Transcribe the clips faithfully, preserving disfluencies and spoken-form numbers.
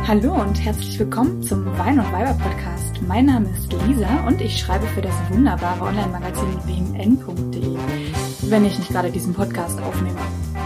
Hallo und herzlich willkommen zum Wein und Weiber Podcast. Mein Name ist Lisa und ich schreibe für das wunderbare Online-Magazin w m n punkt d e, wenn ich nicht gerade diesen Podcast aufnehme.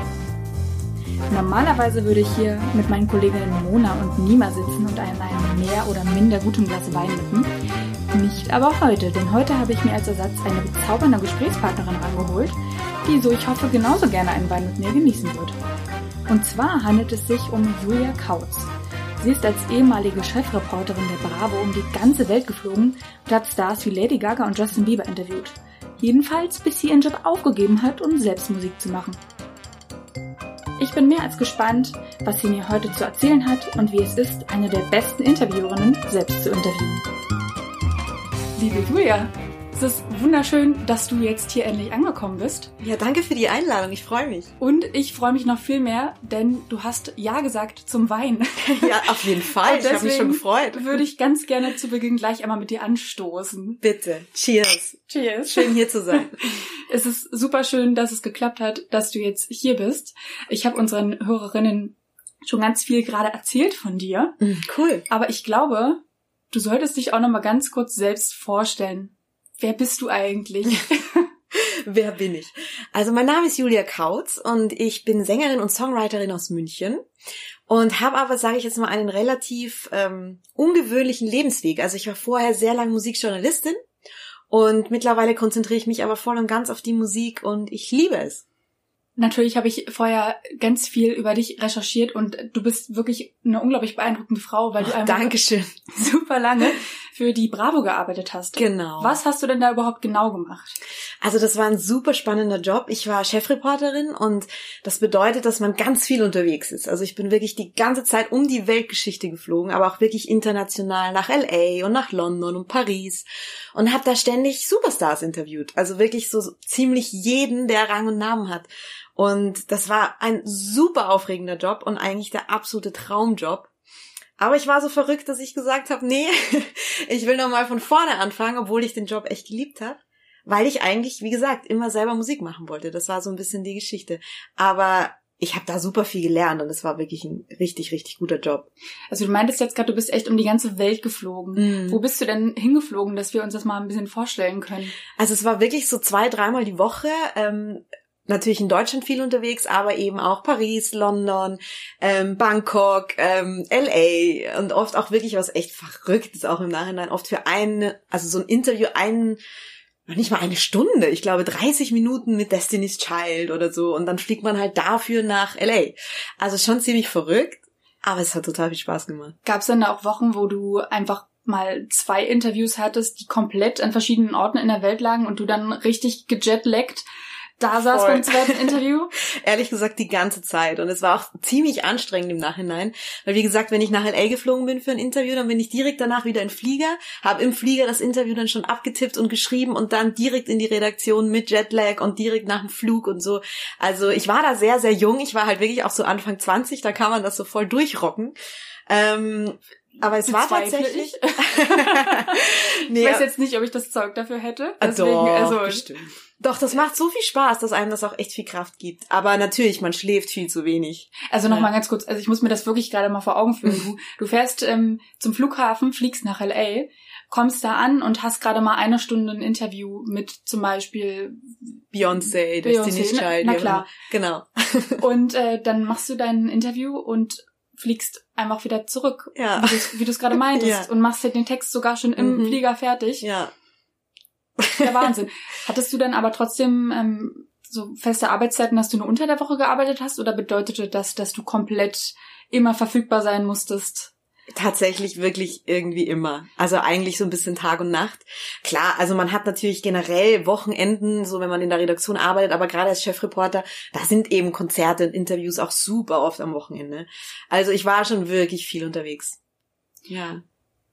Normalerweise würde ich hier mit meinen Kolleginnen Mona und Nima sitzen und an einem mehr oder minder gutem Glas Wein nippen. Nicht aber heute, denn heute habe ich mir als Ersatz eine bezaubernde Gesprächspartnerin rangeholt, die, so ich hoffe, genauso gerne einen Wein mit mir genießen wird. Und zwar handelt es sich um Julia Kautz. Sie ist als ehemalige Chefreporterin der Bravo um die ganze Welt geflogen und hat Stars wie Lady Gaga und Justin Bieber interviewt. Jedenfalls, bis sie ihren Job aufgegeben hat, um selbst Musik zu machen. Ich bin mehr als gespannt, was sie mir heute zu erzählen hat und wie es ist, eine der besten Interviewerinnen selbst zu interviewen. Liebe Julia, es ist wunderschön, dass du jetzt hier endlich angekommen bist. Ja, danke für die Einladung, ich freue mich. Und ich freue mich noch viel mehr, denn du hast Ja gesagt zum Wein. Ja, auf jeden Fall, ich habe mich schon gefreut. Würde ich ganz gerne zu Beginn gleich einmal mit dir anstoßen. Bitte, cheers. Cheers. Schön hier zu sein. Es ist super schön, dass es geklappt hat, dass du jetzt hier bist. Ich habe unseren Hörerinnen schon ganz viel gerade erzählt von dir. Cool. Aber ich glaube, du solltest dich auch noch mal ganz kurz selbst vorstellen. Wer bist du eigentlich? Wer bin ich? Also mein Name ist Julia Kautz und ich bin Sängerin und Songwriterin aus München und habe aber, sage ich jetzt mal, einen relativ ähm, ungewöhnlichen Lebensweg. Also ich war vorher sehr lange Musikjournalistin und mittlerweile konzentriere ich mich aber voll und ganz auf die Musik und ich liebe es. Natürlich habe ich vorher ganz viel über dich recherchiert und du bist wirklich eine unglaublich beeindruckende Frau, weil Oh, du einfach Dankeschön. super lange für die Bravo gearbeitet hast. Genau. Was hast du denn da überhaupt genau gemacht? Also das war ein super spannender Job. Ich war Chefreporterin und das bedeutet, dass man ganz viel unterwegs ist. Also ich bin wirklich die ganze Zeit um die Weltgeschichte geflogen, aber auch wirklich international nach L A und nach London und Paris und habe da ständig Superstars interviewt. Also wirklich so ziemlich jeden, der Rang und Namen hat. Und das war ein super aufregender Job und eigentlich der absolute Traumjob. Aber ich war so verrückt, dass ich gesagt habe, nee, ich will nochmal von vorne anfangen, obwohl ich den Job echt geliebt habe. Weil ich eigentlich, wie gesagt, immer selber Musik machen wollte. Das war so ein bisschen die Geschichte. Aber ich habe da super viel gelernt und es war wirklich ein richtig, richtig guter Job. Also du meintest jetzt gerade, du bist echt um die ganze Welt geflogen. Mm. Wo bist du denn hingeflogen, dass wir uns das mal ein bisschen vorstellen können? Also es war wirklich so zwei, dreimal die Woche. Ähm, Natürlich in Deutschland viel unterwegs, aber eben auch Paris, London, ähm, Bangkok, ähm, L A und oft auch wirklich was echt Verrücktes auch im Nachhinein. Oft für eine, also so ein Interview, einen, noch nicht mal eine Stunde, ich glaube dreißig Minuten mit Destiny's Child oder so und dann fliegt man halt dafür nach L A. Also schon ziemlich verrückt, aber es hat total viel Spaß gemacht. Gab es denn da auch Wochen, wo du einfach mal zwei Interviews hattest, die komplett an verschiedenen Orten in der Welt lagen und du dann richtig gejetlaggt da saß beim zweiten Interview? Ehrlich gesagt die ganze Zeit. Und es war auch ziemlich anstrengend im Nachhinein. Weil wie gesagt, wenn ich nach L A geflogen bin für ein Interview, dann bin ich direkt danach wieder in den Flieger, habe im Flieger das Interview dann schon abgetippt und geschrieben und dann direkt in die Redaktion mit Jetlag und direkt nach dem Flug und so. Also ich war da sehr, sehr jung. Ich war halt wirklich auch so Anfang zwanzig, da kann man das so voll durchrocken. Ähm... Aber es war tatsächlich... nee, ich weiß jetzt nicht, ob ich das Zeug dafür hätte. Deswegen, Doch, also bestimmt. Doch, das macht so viel Spaß, dass einem das auch echt viel Kraft gibt. Aber natürlich, man schläft viel zu wenig. Also nochmal ja. ganz kurz, also ich muss mir das wirklich gerade mal vor Augen führen. Du, du fährst ähm, zum Flughafen, fliegst nach L A, kommst da an und hast gerade mal eine Stunde ein Interview mit zum Beispiel Beyoncé, Destiny's Child. Na, na klar. Genau. Und äh, dann machst du dein Interview und fliegst einfach wieder zurück, ja. wie du es gerade meintest, ja. und machst halt den Text sogar schon im mhm. Flieger fertig. Ja. Der Wahnsinn. Hattest du dann aber trotzdem ähm, so feste Arbeitszeiten, dass du nur unter der Woche gearbeitet hast, oder bedeutete das, dass du komplett immer verfügbar sein musstest? Tatsächlich wirklich irgendwie immer. Also eigentlich so ein bisschen Tag und Nacht. Klar, also man hat natürlich generell Wochenenden, so wenn man in der Redaktion arbeitet, aber gerade als Chefreporter, da sind eben Konzerte und Interviews auch super oft am Wochenende. Also ich war schon wirklich viel unterwegs. Ja.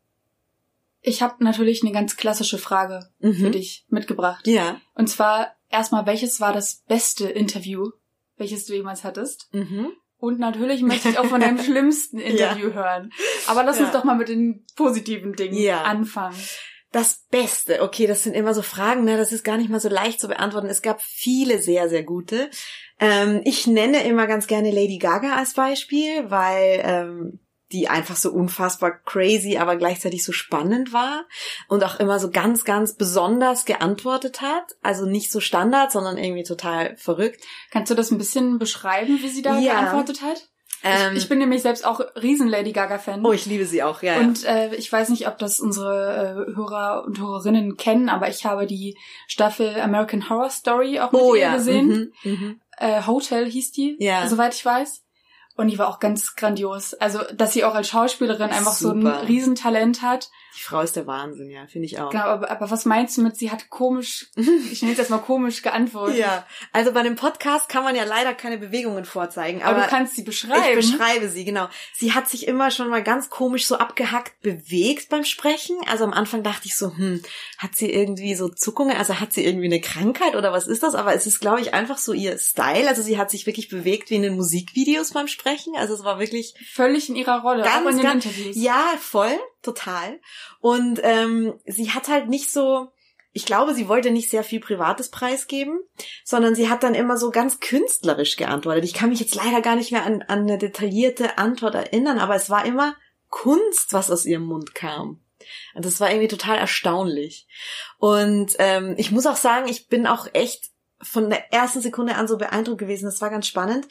Ich habe natürlich eine ganz klassische Frage mhm. für dich mitgebracht. Ja. Und zwar erstmal, welches war das beste Interview, welches du jemals hattest? Mhm. Und natürlich möchte ich auch von deinem schlimmsten Interview ja. hören. Aber lass ja. uns doch mal mit den positiven Dingen ja. anfangen. Das Beste, okay, das sind immer so Fragen, ne? Das ist gar nicht mal so leicht zu beantworten. Es gab viele sehr, sehr gute. Ähm, ich nenne immer ganz gerne Lady Gaga als Beispiel, weil ähm, die einfach so unfassbar crazy, aber gleichzeitig so spannend war und auch immer so ganz, ganz besonders geantwortet hat. Also nicht so Standard, sondern irgendwie total verrückt. Kannst du das ein bisschen beschreiben, wie sie da ja. geantwortet hat? Ähm, ich, ich bin nämlich selbst auch riesen Lady Gaga-Fan. Oh, ich liebe sie auch, ja. Und äh, ich weiß nicht, ob das unsere äh, Hörer und Hörerinnen kennen, aber ich habe die Staffel American Horror Story auch mit oh, ihr ja. gesehen. Mhm, mhm. Äh, Hotel hieß die, ja. soweit ich weiß. Und die war auch ganz grandios. Also, dass sie auch als Schauspielerin einfach Super. so ein Riesentalent hat. Die Frau ist der Wahnsinn, ja, finde ich auch. Genau, aber, aber was meinst du mit, sie hat komisch, ich nenne es jetzt mal komisch geantwortet? Ja, also bei dem Podcast kann man ja leider keine Bewegungen vorzeigen. Aber, aber du kannst sie beschreiben. Ich beschreibe sie, genau. Sie hat sich immer schon mal ganz komisch so abgehackt bewegt beim Sprechen. Also am Anfang dachte ich so, hm, hat sie irgendwie so Zuckungen? Also hat sie irgendwie eine Krankheit oder was ist das? Aber es ist, glaube ich, einfach so ihr Style. Also sie hat sich wirklich bewegt wie in den Musikvideos beim Sprechen. Also es war wirklich... Völlig in ihrer Rolle, ganz, auch in den ganz, Interviews. Ja, voll, total. Und ähm, sie hat halt nicht so... Ich glaube, sie wollte nicht sehr viel Privates preisgeben, sondern sie hat dann immer so ganz künstlerisch geantwortet. Ich kann mich jetzt leider gar nicht mehr an, an eine detaillierte Antwort erinnern, aber es war immer Kunst, was aus ihrem Mund kam. Und das war irgendwie total erstaunlich. Und ähm, ich muss auch sagen, ich bin auch echt von der ersten Sekunde an so beeindruckt gewesen. Das war ganz spannend.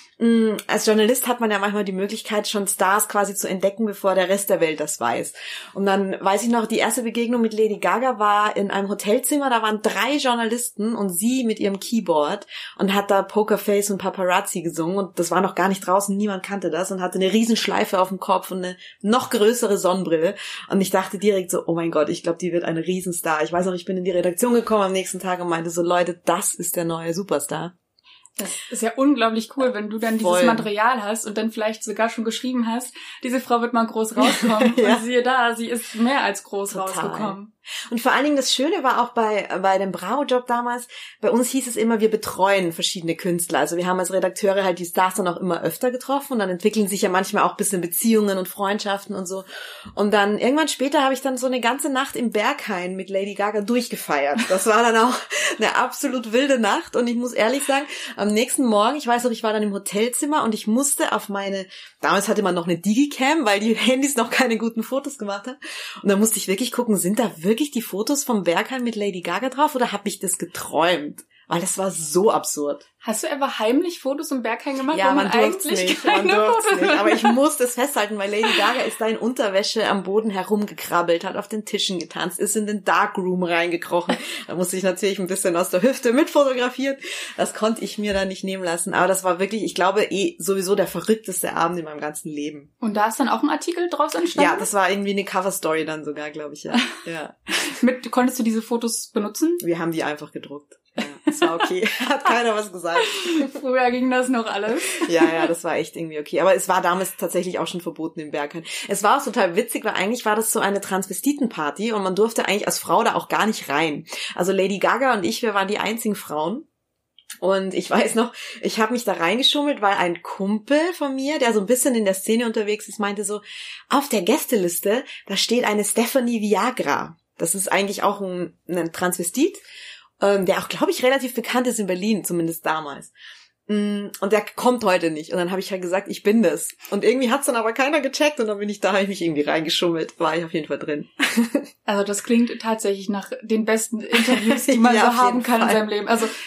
Als Journalist hat man ja manchmal die Möglichkeit, schon Stars quasi zu entdecken, bevor der Rest der Welt das weiß. Und dann weiß ich noch, die erste Begegnung mit Lady Gaga war in einem Hotelzimmer, da waren drei Journalisten und sie mit ihrem Keyboard und hat da Pokerface und Paparazzi gesungen und das war noch gar nicht draußen, niemand kannte das und hatte eine riesen Schleife auf dem Kopf und eine noch größere Sonnenbrille und ich dachte direkt so, oh mein Gott, ich glaube, die wird eine Riesenstar. Ich weiß noch, ich bin in die Redaktion gekommen am nächsten Tag und meinte so, Leute, das ist der neue Superstar. Das ist ja unglaublich cool, wenn du dann Voll. dieses Material hast und dann vielleicht sogar schon geschrieben hast, diese Frau wird mal groß rauskommen. ja. Und siehe da, sie ist mehr als groß Total. rausgekommen. Und vor allen Dingen das Schöne war auch bei bei dem Bravo-Job damals, bei uns hieß es immer, wir betreuen verschiedene Künstler. Also wir haben als Redakteure halt die Stars dann auch immer öfter getroffen und dann entwickeln sich ja manchmal auch ein bisschen Beziehungen und Freundschaften und so. Und dann irgendwann später habe ich dann so eine ganze Nacht im Berghain mit Lady Gaga durchgefeiert. Das war dann auch eine absolut wilde Nacht und ich muss ehrlich sagen, am nächsten Morgen, ich weiß noch, ich war dann im Hotelzimmer und ich musste auf meine, damals hatte man noch eine Digicam, weil die Handys noch keine guten Fotos gemacht haben. Und da musste ich wirklich gucken, sind da wirklich die Fotos vom Berghain mit Lady Gaga drauf oder habe ich das geträumt? Weil das war so absurd. Hast du einfach heimlich Fotos im Berghain gemacht? Ja, wo man, man durfte es nicht. Man durfte es nicht. Aber ich musste es festhalten, weil Lady Gaga ist da in Unterwäsche am Boden herumgekrabbelt, hat auf den Tischen getanzt, ist in den Darkroom reingekrochen. Da musste ich natürlich ein bisschen aus der Hüfte mitfotografieren. Das konnte ich mir dann nicht nehmen lassen. Aber das war wirklich, ich glaube, eh sowieso der verrückteste Abend in meinem ganzen Leben. Und da ist dann auch ein Artikel draus entstanden? Ja, das war irgendwie eine Coverstory dann sogar, glaube ich, ja. ja. Mit, konntest du diese Fotos benutzen? Wir haben die einfach gedruckt. Ja, das war okay. Hat keiner was gesagt. Früher ging das noch alles. Ja, ja, das war echt irgendwie okay. Aber es war damals tatsächlich auch schon verboten im Berghain. Es war auch total witzig, weil eigentlich war das so eine Transvestitenparty und man durfte eigentlich als Frau da auch gar nicht rein. Also Lady Gaga und ich, wir waren die einzigen Frauen. Und ich weiß noch, ich habe mich da reingeschummelt, weil ein Kumpel von mir, der so ein bisschen in der Szene unterwegs ist, meinte so, auf der Gästeliste, da steht eine Stephanie Viagra. Das ist eigentlich auch ein, ein Transvestit. Ähm, der auch, glaube ich, relativ bekannt ist in Berlin, zumindest damals. Mm, und der kommt heute nicht. Und dann habe ich halt gesagt, ich bin das. Und irgendwie hat's dann aber keiner gecheckt und dann bin ich da, habe ich mich irgendwie reingeschummelt. War ich auf jeden Fall drin. Also das klingt tatsächlich nach den besten Interviews, die man ja, so haben kann Fall. in seinem Leben. Also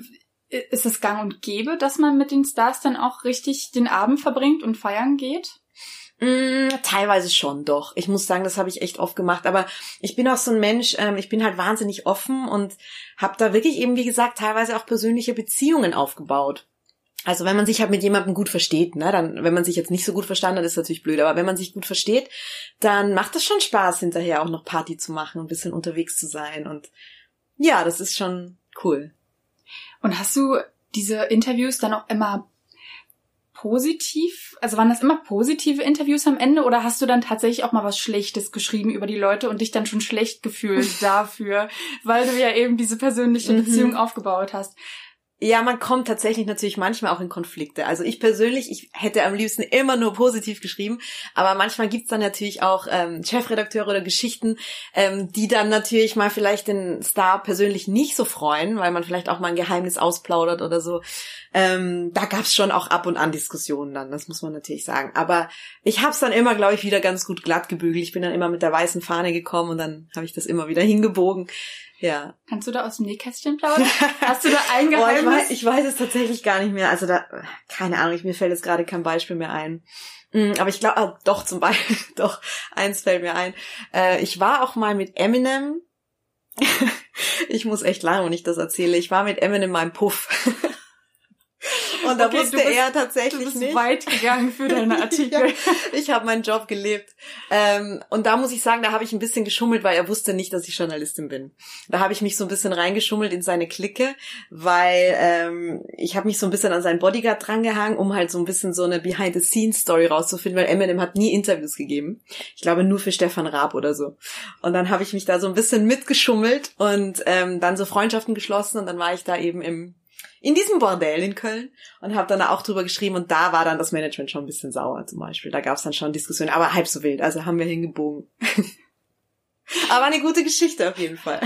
ist es gang und gäbe, dass man mit den Stars dann auch richtig den Abend verbringt und feiern geht? Mm, teilweise schon, doch. Ich muss sagen, das habe ich echt oft gemacht. Aber ich bin auch so ein Mensch, ähm, ich bin halt wahnsinnig offen und habe da wirklich eben, wie gesagt, teilweise auch persönliche Beziehungen aufgebaut. Also wenn man sich halt mit jemandem gut versteht, ne, dann, wenn man sich jetzt nicht so gut verstanden hat, ist das natürlich blöd. Aber wenn man sich gut versteht, dann macht es schon Spaß, hinterher auch noch Party zu machen und ein bisschen unterwegs zu sein. Und ja, das ist schon cool. Und hast du diese Interviews dann auch immer positiv, also waren das immer positive Interviews am Ende oder hast du dann tatsächlich auch mal was Schlechtes geschrieben über die Leute und dich dann schon schlecht gefühlt dafür, weil du ja eben diese persönliche Beziehung mhm. aufgebaut hast? Ja, man kommt tatsächlich natürlich manchmal auch in Konflikte. Also ich persönlich, ich hätte am liebsten immer nur positiv geschrieben, aber manchmal gibt's dann natürlich auch ähm, Chefredakteure oder Geschichten, ähm, die dann natürlich mal vielleicht den Star persönlich nicht so freuen, weil man vielleicht auch mal ein Geheimnis ausplaudert oder so. Ähm, da gab's schon auch ab und an Diskussionen dann, das muss man natürlich sagen. Aber ich hab's dann immer, glaube ich, wieder ganz gut glatt gebügelt. Ich bin dann immer mit der weißen Fahne gekommen und dann habe ich das immer wieder hingebogen. Ja. Kannst du da aus dem Nähkästchen plaudern? Hast du da ein Geheimnis? Oh, ich, weiß, ich weiß es tatsächlich gar nicht mehr. Also da, keine Ahnung, ich, mir fällt jetzt gerade kein Beispiel mehr ein. Aber ich glaube, ah, doch, zum Beispiel, doch, eins fällt mir ein. Äh, ich war auch mal mit Eminem, ich muss echt lachen, wenn ich das erzähle, ich war mit Eminem mal im Puff. Und da okay, wusste bist, er tatsächlich du bist nicht. Weit gegangen für deine Artikel. Ja, ich habe meinen Job gelebt. Ähm, und da muss ich sagen, da habe ich ein bisschen geschummelt, weil er wusste nicht, dass ich Journalistin bin. Da habe ich mich so ein bisschen reingeschummelt in seine Clique, weil ähm, ich habe mich so ein bisschen an seinen Bodyguard drangehangen, um halt so ein bisschen so eine Behind-the-Scenes-Story rauszufinden, weil Eminem hat nie Interviews gegeben. Ich glaube nur für Stefan Raab oder so. Und dann habe ich mich da so ein bisschen mitgeschummelt und ähm, dann so Freundschaften geschlossen und dann war ich da eben im in diesem Bordell in Köln und habe dann auch drüber geschrieben und da war dann das Management schon ein bisschen sauer zum Beispiel. Da gab es dann schon Diskussionen, aber halb so wild, also haben wir hingebogen. Aber eine gute Geschichte auf jeden Fall.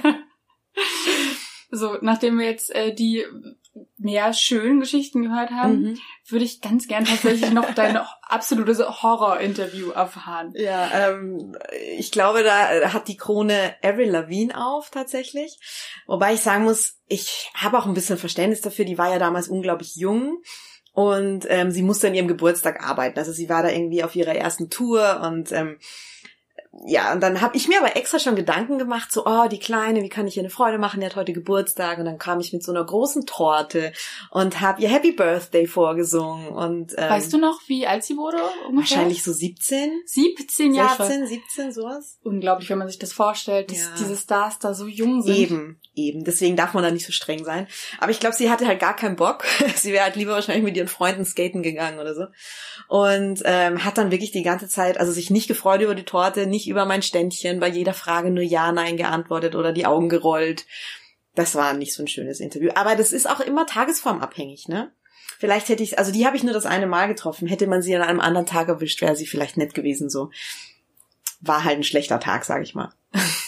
So, nachdem wir jetzt äh, die mehr schönen Geschichten gehört haben, mhm. würde ich ganz gern tatsächlich noch dein absolutes Horror-Interview erfahren. Ja, ähm, ich glaube, da hat die Krone Avril Lavigne auf tatsächlich. Wobei ich sagen muss, ich habe auch ein bisschen Verständnis dafür. Die war ja damals unglaublich jung und ähm, sie musste an ihrem Geburtstag arbeiten. Also sie war da irgendwie auf ihrer ersten Tour und ähm, ja, und dann habe ich mir aber extra schon Gedanken gemacht, so, oh, die Kleine, wie kann ich ihr eine Freude machen, die hat heute Geburtstag. Und dann kam ich mit so einer großen Torte und habe ihr Happy Birthday vorgesungen. Und ähm, weißt du noch, wie alt sie wurde ungefähr? Wahrscheinlich so siebzehn. siebzehn Jahre. sechzehn, siebzehn, sowas. Unglaublich, wenn man sich das vorstellt, dass ja. diese Stars da so jung sind. Eben, eben. Deswegen darf man da nicht so streng sein. Aber ich glaube, sie hatte halt gar keinen Bock. Sie wäre halt lieber wahrscheinlich mit ihren Freunden skaten gegangen oder so. Und ähm, hat dann wirklich die ganze Zeit, also sich nicht gefreut über die Torte, nicht über mein Ständchen, bei jeder Frage nur Ja, Nein geantwortet oder die Augen gerollt. Das war nicht so ein schönes Interview. Aber das ist auch immer tagesformabhängig, ne? Vielleicht hätte ich, also die habe ich nur das eine Mal getroffen. Hätte man sie an einem anderen Tag erwischt, wäre sie vielleicht nett gewesen, so. War halt ein schlechter Tag, sag ich mal.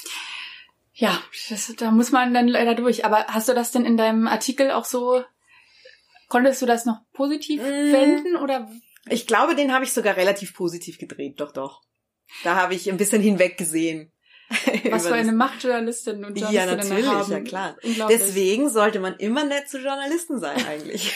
Ja, das, da muss man dann leider durch. Aber hast du das denn in deinem Artikel auch so, konntest du das noch positiv mm. wenden, oder? Ich glaube, den habe ich sogar relativ positiv gedreht, doch, doch. Da habe ich ein bisschen hinweg gesehen. Was für eine Machtjournalistin und Journalistin ja, natürlich, haben. Ja, klar. Deswegen sollte man immer nett zu Journalisten sein, eigentlich.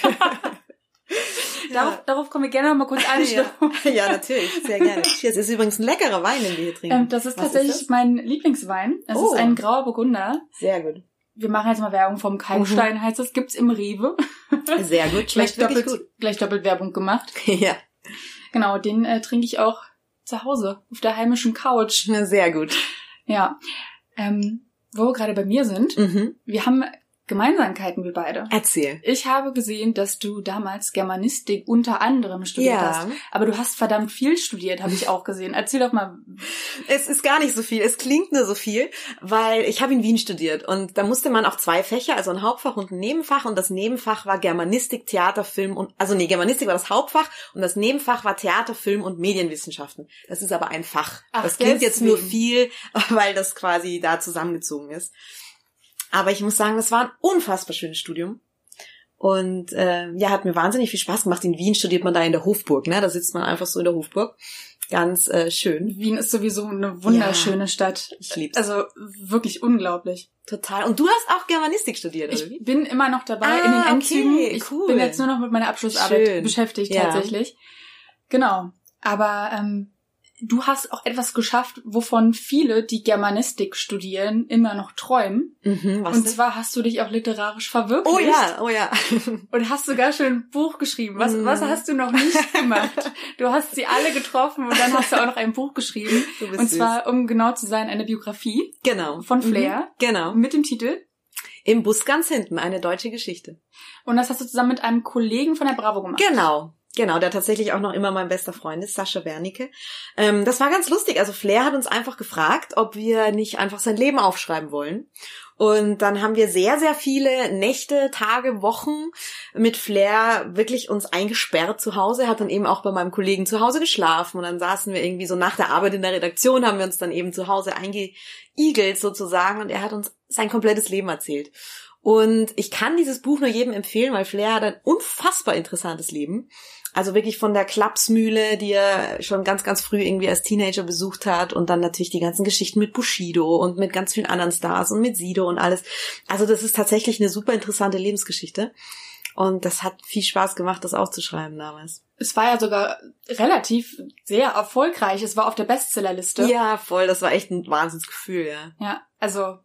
darauf, ja. darauf kommen wir gerne noch mal kurz anschauen. Ja. ja, natürlich, sehr gerne. Cheers. Ist übrigens ein leckerer Wein, den wir hier trinken. Ähm, das ist Was tatsächlich ist das? Mein Lieblingswein. Es oh. ist ein grauer Burgunder. Sehr gut. Wir machen jetzt mal Werbung vom Kalkstein, mhm. heißt das. Gibt's im Rewe. Sehr gut, gleich doppelt, gut. Gleich doppelt Werbung gemacht. Ja. Genau, den äh, trinke ich auch zu Hause, auf der heimischen Couch. Na, sehr gut. Ja. Ähm, wo wir gerade bei mir sind, mhm. wir haben Gemeinsamkeiten, wir beide. Erzähl. Ich habe gesehen, dass du damals Germanistik unter anderem studiert ja. hast. Aber du hast verdammt viel studiert, habe ich auch gesehen. Erzähl doch mal. Es ist gar nicht so viel. Es klingt nur so viel, weil ich habe in Wien studiert. Und da musste man auch zwei Fächer, also ein Hauptfach und ein Nebenfach. Und das Nebenfach war Germanistik, Theater, Film und... Also nee, Germanistik war das Hauptfach. Und das Nebenfach war Theater, Film und Medienwissenschaften. Das ist aber ein Fach. Ach, das klingt deswegen. jetzt nur viel, weil das quasi da zusammengezogen ist. Aber ich muss sagen, das war ein unfassbar schönes Studium. Und äh, ja, hat mir wahnsinnig viel Spaß gemacht. In Wien studiert man da in der Hofburg, ne? Da sitzt man einfach so in der Hofburg. Ganz äh, schön. Wien ist sowieso eine wunderschöne ja, Stadt. Ich lieb's. Also wirklich unglaublich. Total. Und du hast auch Germanistik studiert, oder wie? Ich bin immer noch dabei ah, in den Endzügen. Okay, ich cool. bin jetzt nur noch mit meiner Abschlussarbeit schön. beschäftigt, ja. tatsächlich. Genau. Aber ähm, du hast auch etwas geschafft, wovon viele, die Germanistik studieren, immer noch träumen. Mhm, was und denn? zwar hast du dich auch literarisch verwirklicht. Oh ja, oh ja. Und hast sogar schon ein Buch geschrieben. Was, mhm. was hast du noch nicht gemacht? Du hast sie alle getroffen und dann hast du auch noch ein Buch geschrieben. Du bist und süß. zwar, um genau zu sein, eine Biografie. Genau. Von Flair. Mhm. Genau. Mit dem Titel Im Bus ganz hinten, eine deutsche Geschichte. Und das hast du zusammen mit einem Kollegen von der Bravo gemacht. Genau. Genau, der tatsächlich auch noch immer mein bester Freund ist, Sascha Wernicke. Ähm, das war ganz lustig. Also Flair hat uns einfach gefragt, ob wir nicht einfach sein Leben aufschreiben wollen. Und dann haben wir sehr, sehr viele Nächte, Tage, Wochen mit Flair wirklich uns eingesperrt zu Hause. Er hat dann eben auch bei meinem Kollegen zu Hause geschlafen. Und dann saßen wir irgendwie so nach der Arbeit in der Redaktion, haben wir uns dann eben zu Hause eingeigelt sozusagen. Und er hat uns sein komplettes Leben erzählt. Und ich kann dieses Buch nur jedem empfehlen, weil Flair hat ein unfassbar interessantes Leben. Also wirklich von der Klapsmühle, die er schon ganz, ganz früh irgendwie als Teenager besucht hat und dann natürlich die ganzen Geschichten mit Bushido und mit ganz vielen anderen Stars und mit Sido und alles. Also das ist tatsächlich eine super interessante Lebensgeschichte und das hat viel Spaß gemacht, das auszuschreiben damals. Es war ja sogar relativ sehr erfolgreich. Es war auf der Bestsellerliste. Ja, voll. Das war echt ein Wahnsinnsgefühl, ja. Ja, also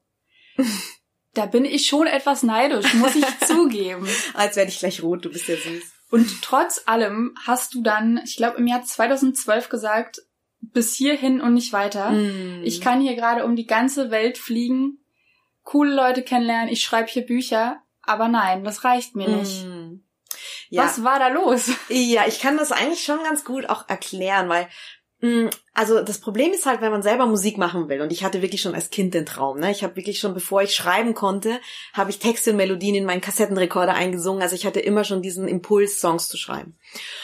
da bin ich schon etwas neidisch, muss ich zugeben. Als werde ich gleich rot, du bist ja süß. Und trotz allem hast du dann, ich glaube im Jahr zweitausendzwölf gesagt, bis hierhin und nicht weiter. Mm. Ich kann hier gerade um die ganze Welt fliegen, coole Leute kennenlernen, ich schreibe hier Bücher, aber nein, das reicht mir nicht. Mm. Ja. Was war da los? Ja, ich kann das eigentlich schon ganz gut auch erklären, weil also das Problem ist halt, wenn man selber Musik machen will, und ich hatte wirklich schon als Kind den Traum, ne? Ich habe wirklich schon, bevor ich schreiben konnte, habe ich Texte und Melodien in meinen Kassettenrekorder eingesungen, also ich hatte immer schon diesen Impuls, Songs zu schreiben.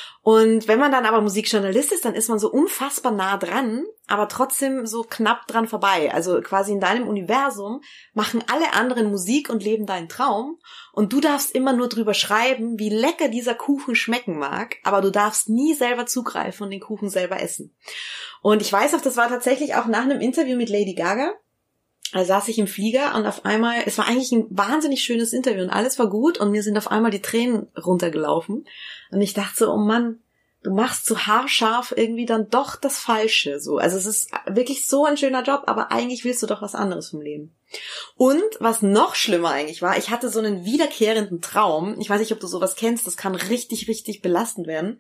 Und wenn man dann aber Musikjournalist ist, dann ist man so unfassbar nah dran, aber trotzdem so knapp dran vorbei. Also quasi in deinem Universum machen alle anderen Musik und leben deinen Traum und du darfst immer nur drüber schreiben, wie lecker dieser Kuchen schmecken mag, aber du darfst nie selber zugreifen und den Kuchen selber essen. Und ich weiß auch, das war tatsächlich auch nach einem Interview mit Lady Gaga. Da saß ich im Flieger und auf einmal, es war eigentlich ein wahnsinnig schönes Interview und alles war gut und mir sind auf einmal die Tränen runtergelaufen und ich dachte so, oh Mann, du machst so haarscharf irgendwie dann doch das Falsche, so. Also es ist wirklich so ein schöner Job, aber eigentlich willst du doch was anderes vom Leben. Und was noch schlimmer eigentlich war, ich hatte so einen wiederkehrenden Traum, ich weiß nicht, ob du sowas kennst, das kann richtig, richtig belastend werden.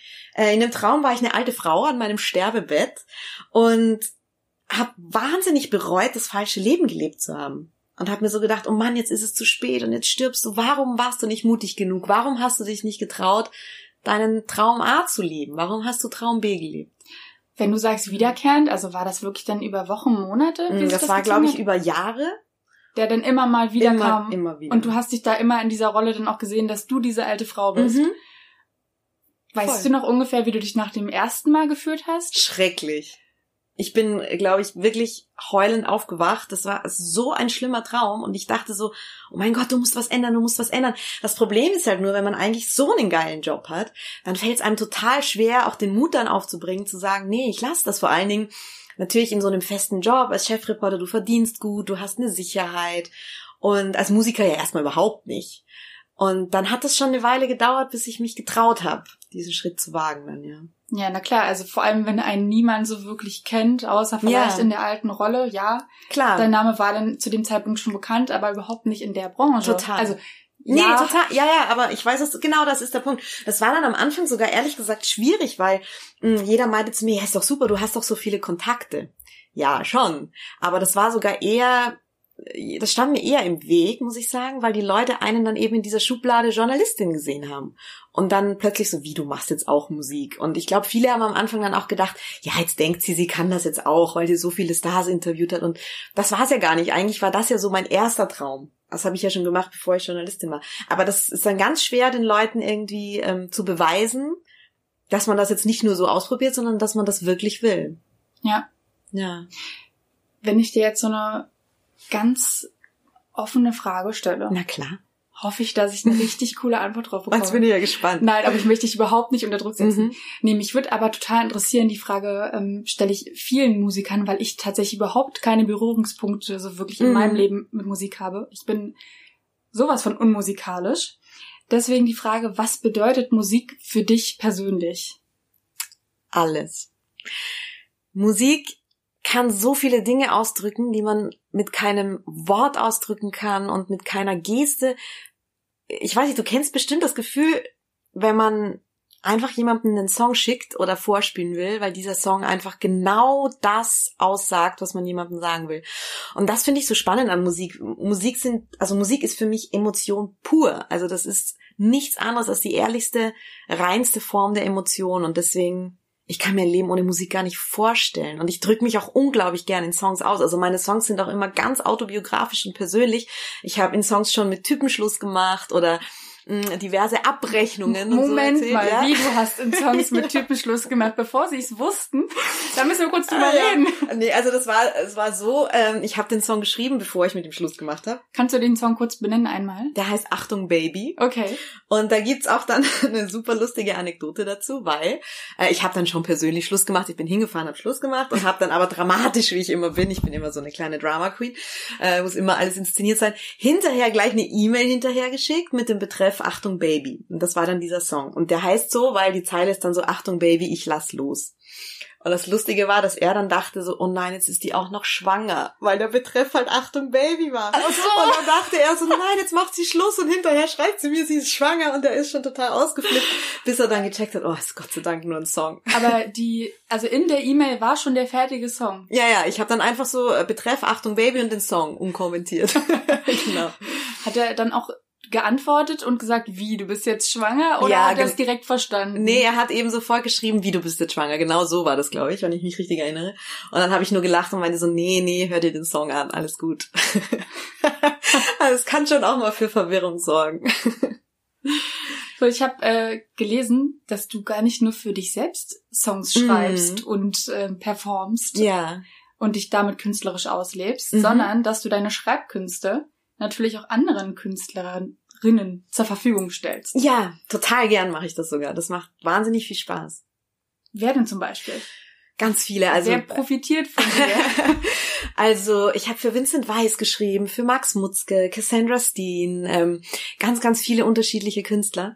In dem Traum war ich eine alte Frau an meinem Sterbebett und habe wahnsinnig bereut, das falsche Leben gelebt zu haben. Und habe mir so gedacht, oh Mann, jetzt ist es zu spät und jetzt stirbst du. Warum warst du nicht mutig genug? Warum hast du dich nicht getraut, deinen Traum A zu leben? Warum hast du Traum B gelebt? Wenn du sagst wiederkehrend, also war das wirklich dann über Wochen, Monate? Wie das, das war, glaube ich, über Jahre. Der dann immer mal wieder immer, kam. Immer wieder. Und du hast dich da immer in dieser Rolle dann auch gesehen, dass du diese alte Frau bist. Mhm. Weißt Voll. Du noch ungefähr, wie du dich nach dem ersten Mal gefühlt hast? Schrecklich. Ich bin, glaube ich, wirklich heulend aufgewacht. Das war so ein schlimmer Traum. Und ich dachte so, oh mein Gott, du musst was ändern, du musst was ändern. Das Problem ist halt nur, wenn man eigentlich so einen geilen Job hat, dann fällt es einem total schwer, auch den Mut dann aufzubringen, zu sagen, nee, ich lasse das. Vor allen Dingen natürlich in so einem festen Job als Chefreporter, du verdienst gut, du hast eine Sicherheit. Und als Musiker ja erstmal überhaupt nicht. Und dann hat es schon eine Weile gedauert, bis ich mich getraut habe, diesen Schritt zu wagen dann, ja. Ja, na klar, also vor allem, wenn einen niemand so wirklich kennt, außer vielleicht ja. in der alten Rolle, ja. Klar. Dein Name war dann zu dem Zeitpunkt schon bekannt, aber überhaupt nicht in der Branche. Total. Also, nee, ja. total. Ja, ja, aber ich weiß, dass, genau das ist der Punkt. Das war dann am Anfang sogar ehrlich gesagt schwierig, weil mh, jeder meinte zu mir, ja, ist doch super, du hast doch so viele Kontakte. Ja, schon. Aber das war sogar eher, das stand mir eher im Weg, muss ich sagen, weil die Leute einen dann eben in dieser Schublade Journalistin gesehen haben. Und dann plötzlich so, wie, du machst jetzt auch Musik. Und ich glaube, viele haben am Anfang dann auch gedacht, ja, jetzt denkt sie, sie kann das jetzt auch, weil sie so viele Stars interviewt hat. Und das war es ja gar nicht. Eigentlich war das ja so mein erster Traum. Das habe ich ja schon gemacht, bevor ich Journalistin war. Aber das ist dann ganz schwer, den Leuten irgendwie ähm, zu beweisen, dass man das jetzt nicht nur so ausprobiert, sondern dass man das wirklich will. Ja. Ja. Wenn ich dir jetzt so eine ganz offene Frage stelle. Na klar. Hoffe ich, dass ich eine richtig coole Antwort drauf bekomme. Jetzt bin ich ja gespannt. Nein, aber ich möchte dich überhaupt nicht unter Druck setzen. Mhm. Nee, mich würde aber total interessieren, die Frage ähm, stelle ich vielen Musikern, weil ich tatsächlich überhaupt keine Berührungspunkte so wirklich in mhm. meinem Leben mit Musik habe. Ich bin sowas von unmusikalisch. Deswegen die Frage, was bedeutet Musik für dich persönlich? Alles. Musik kann so viele Dinge ausdrücken, die man mit keinem Wort ausdrücken kann und mit keiner Geste. Ich weiß nicht, du kennst bestimmt das Gefühl, wenn man einfach jemandem einen Song schickt oder vorspielen will, weil dieser Song einfach genau das aussagt, was man jemandem sagen will. Und das finde ich so spannend an Musik. Musik sind, also Musik ist für mich Emotion pur. Also das ist nichts anderes als die ehrlichste, reinste Form der Emotion. Und deswegen, ich kann mir ein Leben ohne Musik gar nicht vorstellen. Und ich drücke mich auch unglaublich gern in Songs aus. Also meine Songs sind auch immer ganz autobiografisch und persönlich. Ich habe in Songs schon mit Typenschluss gemacht oder diverse Abrechnungen. Moment und so mal, ja? wie, du hast in Songs mit Typenschluss gemacht, bevor sie es wussten? Da müssen wir kurz drüber ah, reden. Ja. Nee, also das war es war so, ähm, ich habe den Song geschrieben, bevor ich mit dem Schluss gemacht habe. Kannst du den Song kurz benennen einmal? Der heißt Achtung Baby. Okay. Und da gibt's auch dann eine super lustige Anekdote dazu, weil äh, ich habe dann schon persönlich Schluss gemacht. Ich bin hingefahren, habe Schluss gemacht und habe dann aber dramatisch, wie ich immer bin, ich bin immer so eine kleine Drama Queen, äh, muss immer alles inszeniert sein, hinterher gleich eine E-Mail hinterher geschickt mit dem Betreff Achtung Baby. Und das war dann dieser Song. Und der heißt so, weil die Zeile ist dann so, Achtung Baby, ich lass los. Und das Lustige war, dass er dann dachte so, oh nein, jetzt ist die auch noch schwanger, weil der Betreff halt Achtung Baby war. Ach so. Und dann dachte er so, nein, jetzt macht sie Schluss und hinterher schreibt sie mir, sie ist schwanger und er ist schon total ausgeflippt, bis er dann gecheckt hat, oh, ist Gott sei Dank nur ein Song. Aber die, also in der E-Mail war schon der fertige Song. Ja, ja, ich habe dann einfach so äh, Betreff Achtung Baby und den Song unkommentiert. Genau. Hat er dann auch geantwortet und gesagt, wie, du bist jetzt schwanger? Oder Ja, hat er es gen- direkt verstanden? Nee, er hat eben sofort geschrieben, wie du bist jetzt schwanger. Genau so war das, glaube ich, wenn ich mich richtig erinnere. Und dann habe ich nur gelacht und meinte so, nee, nee, hör dir den Song an, alles gut. Also es kann schon auch mal für Verwirrung sorgen. So, ich habe äh, gelesen, dass du gar nicht nur für dich selbst Songs schreibst Mm. und äh, performst Ja. und dich damit künstlerisch auslebst, Mhm. sondern dass du deine Schreibkünste natürlich auch anderen Künstlerinnen zur Verfügung stellst. Ja, total gern mache ich das sogar. Das macht wahnsinnig viel Spaß. Wer denn zum Beispiel? Ganz viele. Also Wer profitiert von dir? Also ich habe für Vincent Weiss geschrieben, für Max Mutzke, Cassandra Steen, ähm, ganz, ganz viele unterschiedliche Künstler.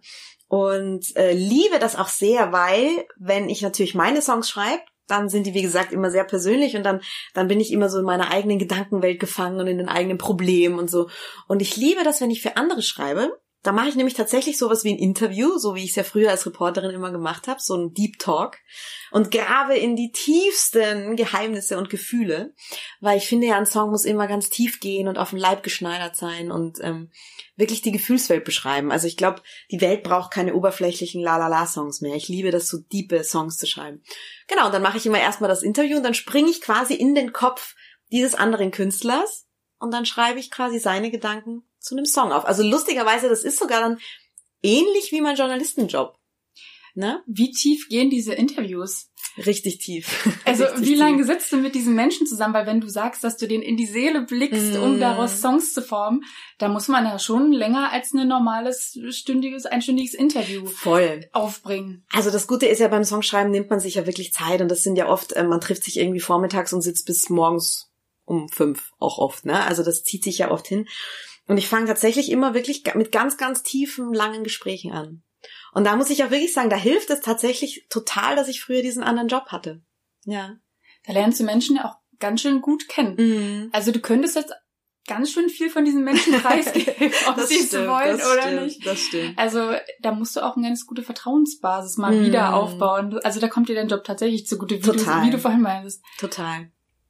Und äh, liebe das auch sehr, weil, wenn ich natürlich meine Songs schreibe, dann sind die, wie gesagt, immer sehr persönlich und dann dann bin ich immer so in meiner eigenen Gedankenwelt gefangen und in den eigenen Problemen und so. Und ich liebe das, wenn ich für andere schreibe. Da mache ich nämlich tatsächlich sowas wie ein Interview, so wie ich es ja früher als Reporterin immer gemacht habe, so ein Deep Talk und grabe in die tiefsten Geheimnisse und Gefühle, weil ich finde ja, ein Song muss immer ganz tief gehen und auf den Leib geschneidert sein und ähm, wirklich die Gefühlswelt beschreiben. Also ich glaube, die Welt braucht keine oberflächlichen La-La-La-Songs mehr. Ich liebe das, so diepe Songs zu schreiben. Genau, und dann mache ich immer erstmal das Interview und dann springe ich quasi in den Kopf dieses anderen Künstlers und dann schreibe ich quasi seine Gedanken zu einem Song auf. Also lustigerweise, das ist sogar dann ähnlich wie mein Journalistenjob. Ne? Wie tief gehen diese Interviews? Richtig tief. Also Richtig wie lange tief. sitzt du mit diesen Menschen zusammen? Weil wenn du sagst, dass du denen in die Seele blickst, Mm. um daraus Songs zu formen, da muss man ja schon länger als ein normales, stündiges, einstündiges Interview Voll. aufbringen. Also das Gute ist ja, beim Songschreiben nimmt man sich ja wirklich Zeit und das sind ja oft, äh, man trifft sich irgendwie vormittags und sitzt bis morgens um fünf auch oft, ne? Also das zieht sich ja oft hin. Und ich fange tatsächlich immer wirklich mit ganz, ganz tiefen, langen Gesprächen an. Und da muss ich auch wirklich sagen, da hilft es tatsächlich total, dass ich früher diesen anderen Job hatte. Ja. Da lernst du Menschen ja auch ganz schön gut kennen. Mhm. Also du könntest jetzt ganz schön viel von diesen Menschen preisgeben, ob Das sie es stimmt, wollen das oder stimmt, nicht. Das stimmt. Also da musst du auch eine ganz gute Vertrauensbasis mal Mm. wieder aufbauen. Also da kommt dir dein Job tatsächlich zugute, wie, du, Total. wie du vorhin meintest. Total.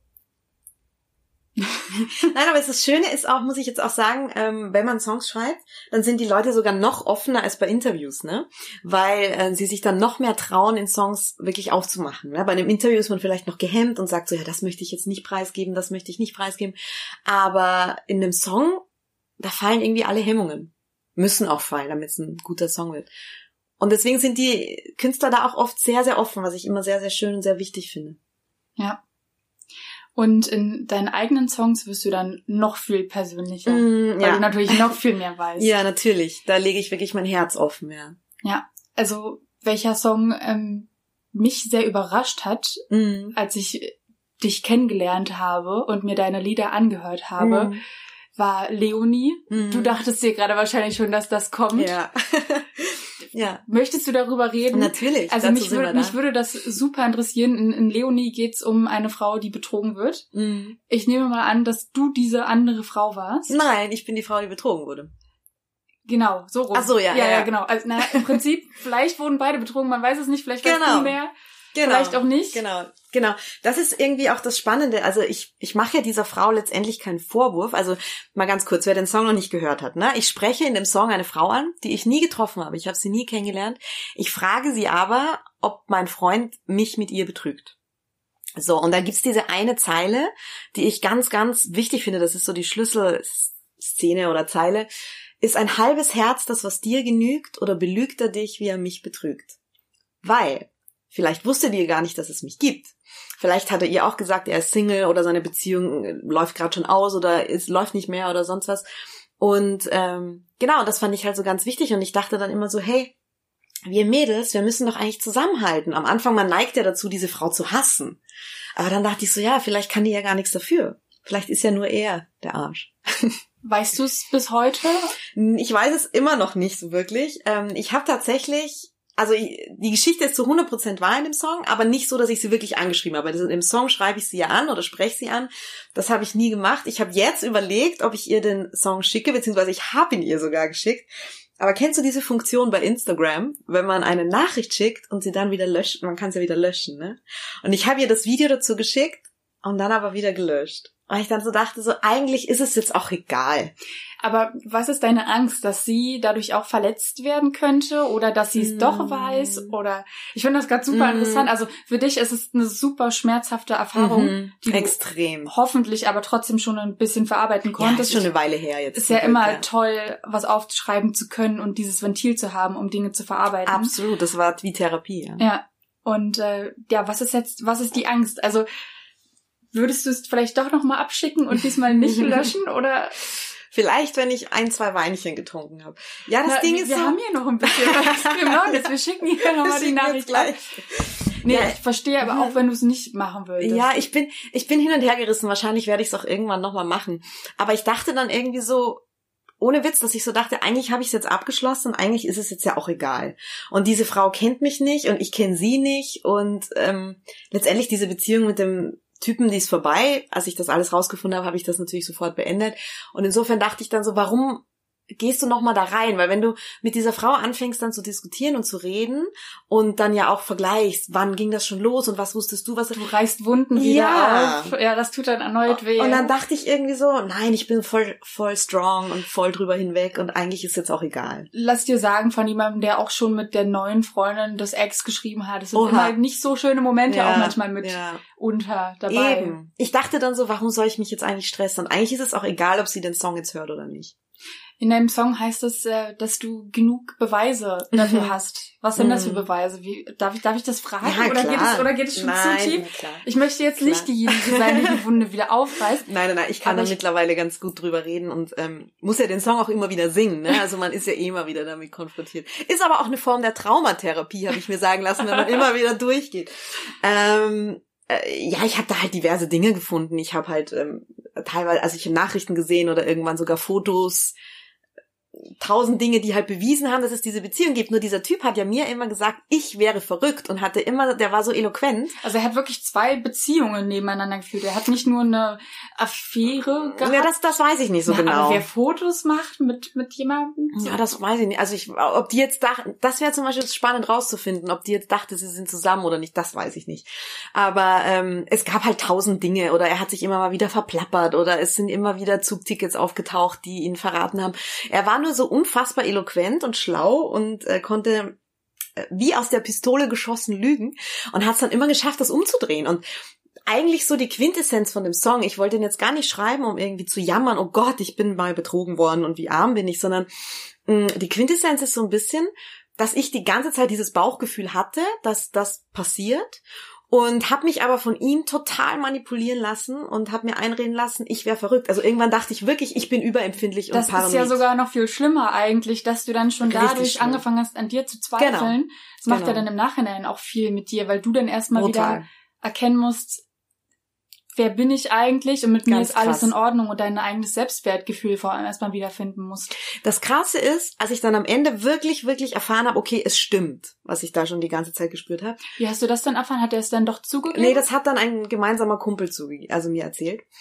Nein, aber das Schöne ist auch, muss ich jetzt auch sagen, ähm, wenn man Songs schreibt, dann sind die Leute sogar noch offener als bei Interviews, ne? Weil äh, sie sich dann noch mehr trauen, in Songs wirklich aufzumachen. Ne? Bei einem Interview ist man vielleicht noch gehemmt und sagt so, ja, das möchte ich jetzt nicht preisgeben, das möchte ich nicht preisgeben. Aber in einem Song, da fallen irgendwie alle Hemmungen. Müssen auch fallen, damit es ein guter Song wird. Und deswegen sind die Künstler da auch oft sehr, sehr offen, was ich immer sehr, sehr schön und sehr wichtig finde. Ja. Und in deinen eigenen Songs wirst du dann noch viel persönlicher, Mm, weil ja. du natürlich noch viel mehr weißt. Ja, natürlich. Da lege ich wirklich mein Herz offen, ja. Ja, also welcher Song ähm, mich sehr überrascht hat, Mm. als ich dich kennengelernt habe und mir deine Lieder angehört habe, Mm. war Leonie. Mm. Du dachtest dir gerade wahrscheinlich schon, dass das kommt. Ja. Ja. Möchtest du darüber reden? Natürlich. Also dazu mich, sind würd, wir da. mich würde das super interessieren. In, in Leonie geht's um eine Frau, die betrogen wird. Mm. Ich nehme mal an, dass du diese andere Frau warst. Nein, ich bin die Frau, die betrogen wurde. Genau, so rum. Ach so, ja, ja. Ja, ja, genau. Also, na, im Prinzip, vielleicht wurden beide betrogen, man weiß es nicht, vielleicht weißt genau. du mehr. Genau. Vielleicht auch nicht. Genau, genau. Das ist irgendwie auch das Spannende. Also ich ich mache ja dieser Frau letztendlich keinen Vorwurf. Also mal ganz kurz, wer den Song noch nicht gehört hat. Ne? Ich spreche in dem Song eine Frau an, die ich nie getroffen habe. Ich habe sie nie kennengelernt. Ich frage sie aber, ob mein Freund mich mit ihr betrügt. So, und da gibt's diese eine Zeile, die ich ganz, ganz wichtig finde. Das ist so die Schlüsselszene oder Zeile. Ist ein halbes Herz das, was dir genügt, oder belügt er dich, wie er mich betrügt? Weil vielleicht wusste die gar nicht, dass es mich gibt. Vielleicht hat er ihr auch gesagt, er ist Single oder seine Beziehung läuft gerade schon aus oder es läuft nicht mehr oder sonst was. Und ähm, genau, das fand ich halt so ganz wichtig. Und ich dachte dann immer so, hey, wir Mädels, wir müssen doch eigentlich zusammenhalten. Am Anfang, man neigt ja dazu, diese Frau zu hassen. Aber dann dachte ich so, ja, vielleicht kann die ja gar nichts dafür. Vielleicht ist ja nur er der Arsch. Weißt du es bis heute? Ich weiß es immer noch nicht so wirklich. Ähm, ich habe tatsächlich... Also die Geschichte ist zu hundert Prozent wahr in dem Song, aber nicht so, dass ich sie wirklich angeschrieben habe. Also im Song schreibe ich sie ja an oder spreche sie an. Das habe ich nie gemacht. Ich habe jetzt überlegt, ob ich ihr den Song schicke, beziehungsweise ich habe ihn ihr sogar geschickt. Aber kennst du diese Funktion bei Instagram, wenn man eine Nachricht schickt und sie dann wieder löscht? Man kann sie ja wieder löschen, ne? Und ich habe ihr das Video dazu geschickt und dann aber wieder gelöscht. Weil ich dann so dachte, so eigentlich ist es jetzt auch egal. Aber was ist deine Angst, dass sie dadurch auch verletzt werden könnte oder dass sie es mm. doch weiß? Oder ich finde das gerade super mm. interessant. Also für dich ist es eine super schmerzhafte Erfahrung, mhm. die extrem du hoffentlich aber trotzdem schon ein bisschen verarbeiten konntest. Ja, ist schon eine Weile her jetzt. Ist ja immer ja. toll, was aufschreiben zu können und dieses Ventil zu haben, um Dinge zu verarbeiten. Absolut, das war wie Therapie. Ja, ja. Und äh, ja, was ist jetzt, was ist die Angst? Also würdest du es vielleicht doch nochmal abschicken und diesmal nicht löschen oder? Vielleicht, wenn ich ein, zwei Weinchen getrunken habe. Ja, das Na, Ding wir, ist wir so... haben hier noch ein bisschen was. Wir machen das. Wir schicken hier nochmal die Nachricht gleich. Nee, ja, ich verstehe aber auch, wenn du es nicht machen würdest. Ja, ich bin ich bin hin und her gerissen. Wahrscheinlich werde ich es auch irgendwann nochmal machen. Aber ich dachte dann irgendwie so, ohne Witz, dass ich so dachte, eigentlich habe ich es jetzt abgeschlossen und eigentlich ist es jetzt ja auch egal. Und diese Frau kennt mich nicht und ich kenne sie nicht. Und ähm, letztendlich diese Beziehung mit dem Typen, die ist vorbei. Als ich das alles rausgefunden habe, habe ich das natürlich sofort beendet. Und insofern dachte ich dann so, warum gehst du nochmal da rein? Weil wenn du mit dieser Frau anfängst dann zu diskutieren und zu reden und dann ja auch vergleichst, wann ging das schon los und was wusstest du? Was du reißt Wunden wieder ja. auf. Ja, das tut dann erneut weh. Und dann dachte ich irgendwie so, nein, ich bin voll voll strong und voll drüber hinweg und eigentlich ist jetzt auch egal. Lass dir sagen von jemandem, der auch schon mit der neuen Freundin des Ex geschrieben hat. Es sind Oha. immer nicht so schöne Momente ja. auch manchmal mit ja. unter dabei. Eben. Ich dachte dann so, warum soll ich mich jetzt eigentlich stressen? Und eigentlich ist es auch egal, ob sie den Song jetzt hört oder nicht. In deinem Song heißt es, dass du genug Beweise dafür mhm. hast. Was sind das für Beweise? Wie, darf ich, darf ich das fragen? Ja, oder, klar. geht es, oder geht es schon nein, zu tief? Klar. Ich möchte jetzt klar. nicht diejenige sein, die die Wunde wieder aufreißt. Nein, nein, nein, ich kann Aber da ich, mittlerweile ganz gut drüber reden und ähm, muss ja den Song auch immer wieder singen. Ne? Also man ist ja eh immer wieder damit konfrontiert. Ist aber auch eine Form der Traumatherapie, habe ich mir sagen lassen, wenn man immer wieder durchgeht. Ähm, äh, ja, ich habe da halt diverse Dinge gefunden. Ich habe halt ähm, teilweise, also ich habe Nachrichten gesehen oder irgendwann sogar Fotos, tausend Dinge, die halt bewiesen haben, dass es diese Beziehung gibt. Nur dieser Typ hat ja mir immer gesagt, ich wäre verrückt und hatte immer, der war so eloquent. Also er hat wirklich zwei Beziehungen nebeneinander geführt. Er hat nicht nur eine Affäre gehabt. Ja, das, das weiß ich nicht so ja, genau. Aber wer Fotos macht mit, mit jemandem? Ja, das weiß ich nicht. Also ich, ob die jetzt dachten, das wäre zum Beispiel spannend rauszufinden, ob die jetzt dachte, sie sind zusammen oder nicht, das weiß ich nicht. Aber ähm, es gab halt tausend Dinge oder er hat sich immer mal wieder verplappert oder es sind immer wieder Zugtickets aufgetaucht, die ihn verraten haben. Er war nur so unfassbar eloquent und schlau und äh, konnte äh, wie aus der Pistole geschossen lügen und hat es dann immer geschafft, das umzudrehen. Und eigentlich so die Quintessenz von dem Song, ich wollte ihn jetzt gar nicht schreiben, um irgendwie zu jammern, oh Gott, ich bin mal betrogen worden und wie arm bin ich, sondern mh, die Quintessenz ist so ein bisschen, dass ich die ganze Zeit dieses Bauchgefühl hatte, dass das passiert. Und habe mich aber von ihm total manipulieren lassen und habe mir einreden lassen, ich wäre verrückt. Also irgendwann dachte ich wirklich, ich bin überempfindlich und paranoid. Das ist ja sogar noch viel schlimmer eigentlich, dass du dann schon Richtig dadurch schlimm. angefangen hast, an dir zu zweifeln. Genau. Das macht genau. ja dann im Nachhinein auch viel mit dir, weil du dann erstmal Total. wieder erkennen musst, wer bin ich eigentlich und mit mir Ganz ist alles krass. in Ordnung und dein eigenes Selbstwertgefühl vor allem erstmal wiederfinden musst. Das Krasse ist, als ich dann am Ende wirklich, wirklich erfahren habe, okay, es stimmt, was ich da schon die ganze Zeit gespürt habe. Wie hast du das dann erfahren? Hat er es dann doch zugegeben? Nee, das hat dann ein gemeinsamer Kumpel zugegeben, also mir erzählt.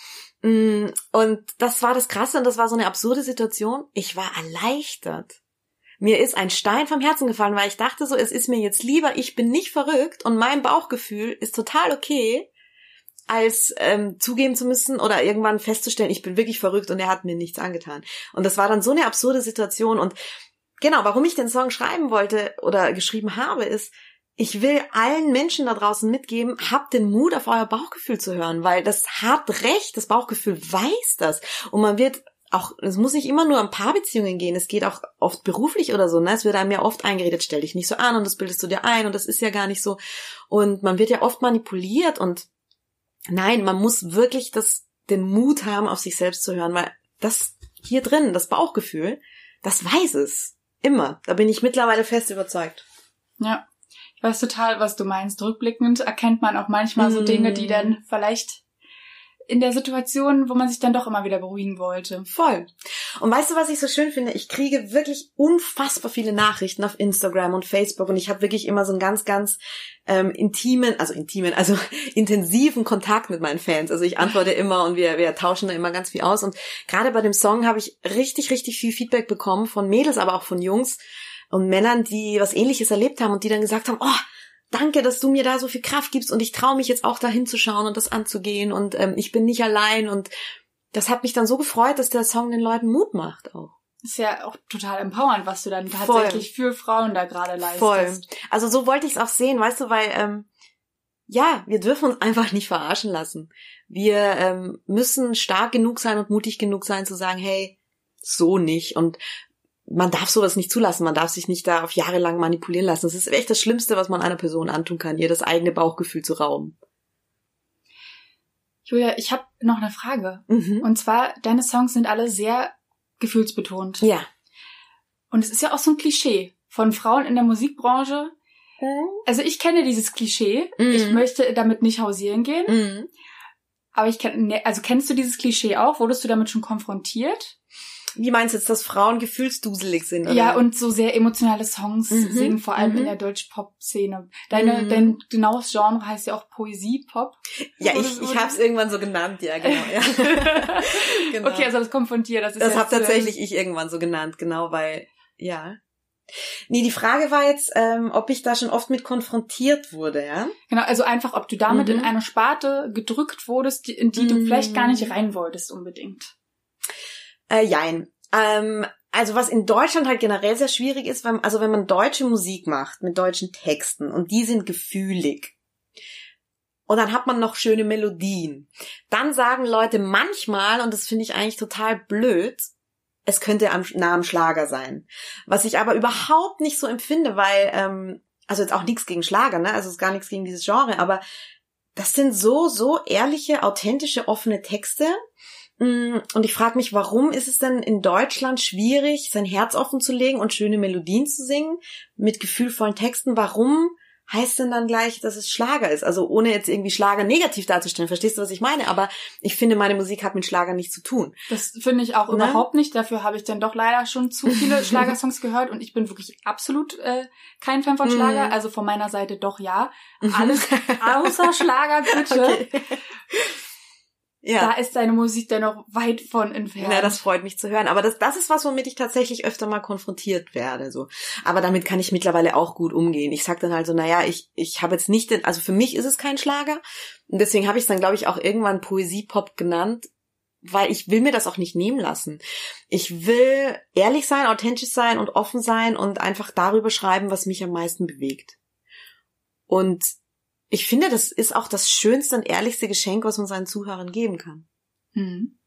Und das war das Krasse und das war so eine absurde Situation. Ich war erleichtert. Mir ist ein Stein vom Herzen gefallen, weil ich dachte so, es ist mir jetzt lieber, ich bin nicht verrückt und mein Bauchgefühl ist total okay, als ähm, zugeben zu müssen oder irgendwann festzustellen, ich bin wirklich verrückt und er hat mir nichts angetan. Und das war dann so eine absurde Situation. Und genau, warum ich den Song schreiben wollte oder geschrieben habe, ist, ich will allen Menschen da draußen mitgeben, habt den Mut, auf euer Bauchgefühl zu hören, weil das hat recht, das Bauchgefühl weiß das. Und man wird auch, es muss nicht immer nur um Paarbeziehungen gehen, es geht auch oft beruflich oder so, ne? Es wird einem ja oft eingeredet, stell dich nicht so an und das bildest du dir ein und das ist ja gar nicht so. Und man wird ja oft manipuliert und nein, man muss wirklich das, den Mut haben, auf sich selbst zu hören, weil das hier drin, das Bauchgefühl, das weiß es. Immer. Da bin ich mittlerweile fest überzeugt. Ja. Ich weiß total, was du meinst. Rückblickend erkennt man auch manchmal so Dinge, die dann vielleicht in der Situation, wo man sich dann doch immer wieder beruhigen wollte. Voll. Und weißt du, was ich so schön finde? Ich kriege wirklich unfassbar viele Nachrichten auf Instagram und Facebook und ich habe wirklich immer so einen ganz, ganz ähm, intimen, also intimen, also intensiven Kontakt mit meinen Fans. Also ich antworte immer und wir, wir tauschen da immer ganz viel aus. Und gerade bei dem Song habe ich richtig, richtig viel Feedback bekommen von Mädels, aber auch von Jungs und Männern, die was Ähnliches erlebt haben und die dann gesagt haben, oh, danke, dass du mir da so viel Kraft gibst und ich traue mich jetzt auch da hinzuschauen und das anzugehen und ähm, ich bin nicht allein und das hat mich dann so gefreut, dass der Song den Leuten Mut macht auch. Ist ja auch total empowernd, was du dann tatsächlich Voll. Für Frauen da gerade leistest. Voll. Also so wollte ich es auch sehen, weißt du, weil ähm, ja, wir dürfen uns einfach nicht verarschen lassen. Wir ähm, müssen stark genug sein und mutig genug sein zu sagen, hey, so nicht und man darf sowas nicht zulassen, man darf sich nicht da auf Jahre lang manipulieren lassen. Das ist echt das Schlimmste, was man einer Person antun kann, ihr das eigene Bauchgefühl zu rauben. Julia, ich habe noch eine Frage. Mhm. Und zwar, deine Songs sind alle sehr gefühlsbetont. Ja. Und es ist ja auch so ein Klischee von Frauen in der Musikbranche. Mhm. Also ich kenne dieses Klischee. Mhm. Ich möchte damit nicht hausieren gehen. Mhm. Aber ich kenne, also kennst du dieses Klischee auch? Wurdest du damit schon konfrontiert? Wie meinst du jetzt, dass Frauen gefühlsduselig sind? Oder? Ja, und so sehr emotionale Songs mhm. singen, vor allem mhm. in der Deutsch-Pop-Szene. Deine, mhm. Dein genaues Genre heißt ja auch Poesie-Pop. Ja, ich, ich habe es irgendwann so genannt, ja, genau. Ja. genau. Okay, also das kommt von dir. Das, ist das habe tatsächlich ich irgendwann so genannt, genau, weil, ja. Nee, die Frage war jetzt, ähm, ob ich da schon oft mit konfrontiert wurde, ja? Genau, also einfach, ob du damit mhm. in eine Sparte gedrückt wurdest, in die mhm. du vielleicht gar nicht rein wolltest unbedingt. Äh, jein. Ähm, also was in Deutschland halt generell sehr schwierig ist, wenn, also wenn man deutsche Musik macht mit deutschen Texten und die sind gefühlig und dann hat man noch schöne Melodien, dann sagen Leute manchmal, und das finde ich eigentlich total blöd, es könnte am, nah am Schlager sein. Was ich aber überhaupt nicht so empfinde, weil, ähm, also jetzt auch nichts gegen Schlager, ne, also es ist gar nichts gegen dieses Genre, aber das sind so, so ehrliche, authentische, offene Texte. Und ich frage mich, warum ist es denn in Deutschland schwierig, sein Herz offen zu legen und schöne Melodien zu singen mit gefühlvollen Texten? Warum heißt denn dann gleich, dass es Schlager ist? Also ohne jetzt irgendwie Schlager negativ darzustellen. Verstehst du, was ich meine? Aber ich finde, meine Musik hat mit Schlager nichts zu tun. Das finde ich auch ne? überhaupt nicht. Dafür habe ich dann doch leider schon zu viele Schlagersongs gehört und ich bin wirklich absolut äh, kein Fan von Schlager. Also von meiner Seite doch ja. Alles außer Schlager, bitte. Okay. Ja. Da ist deine Musik dann noch weit von entfernt. Ja, das freut mich zu hören. Aber das, das ist was, womit ich tatsächlich öfter mal konfrontiert werde. So. Aber damit kann ich mittlerweile auch gut umgehen. Ich sag dann halt so, naja, ich ich habe jetzt nicht, den, also für mich ist es kein Schlager. Und deswegen habe ich es dann, glaube ich, auch irgendwann Poesie-Pop genannt, weil ich will mir das auch nicht nehmen lassen. Ich will ehrlich sein, authentisch sein und offen sein und einfach darüber schreiben, was mich am meisten bewegt. Und ich finde, das ist auch das schönste und ehrlichste Geschenk, was man seinen Zuhörern geben kann. Hm.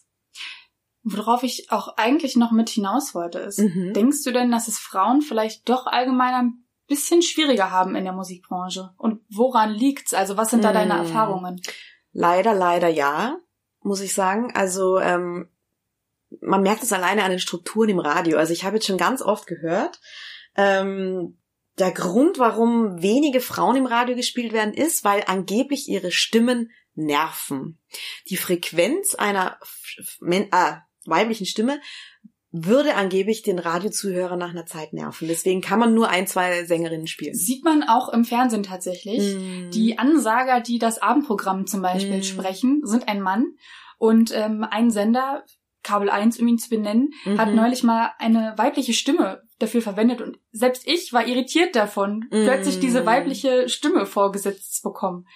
Worauf ich auch eigentlich noch mit hinaus wollte, ist, mhm. denkst du denn, dass es Frauen vielleicht doch allgemein ein bisschen schwieriger haben in der Musikbranche? Und woran liegt's? Also was sind da mhm. deine Erfahrungen? Leider, leider ja, muss ich sagen. Also ähm, man merkt es alleine an den Strukturen im Radio. Also ich habe jetzt schon ganz oft gehört, ähm, der Grund, warum wenige Frauen im Radio gespielt werden, ist, weil angeblich ihre Stimmen nerven. Die Frequenz einer äh, weiblichen Stimme würde angeblich den Radiozuhörer nach einer Zeit nerven. Deswegen kann man nur ein, zwei Sängerinnen spielen. Sieht man auch im Fernsehen tatsächlich. Mm. Die Ansager, die das Abendprogramm zum Beispiel mm. sprechen, sind ein Mann. Und ähm, ein Sender, Kabel eins, um ihn zu benennen, mhm. hat neulich mal eine weibliche Stimme dafür verwendet. Und selbst ich war irritiert davon, mhm. plötzlich diese weibliche Stimme vorgesetzt zu bekommen.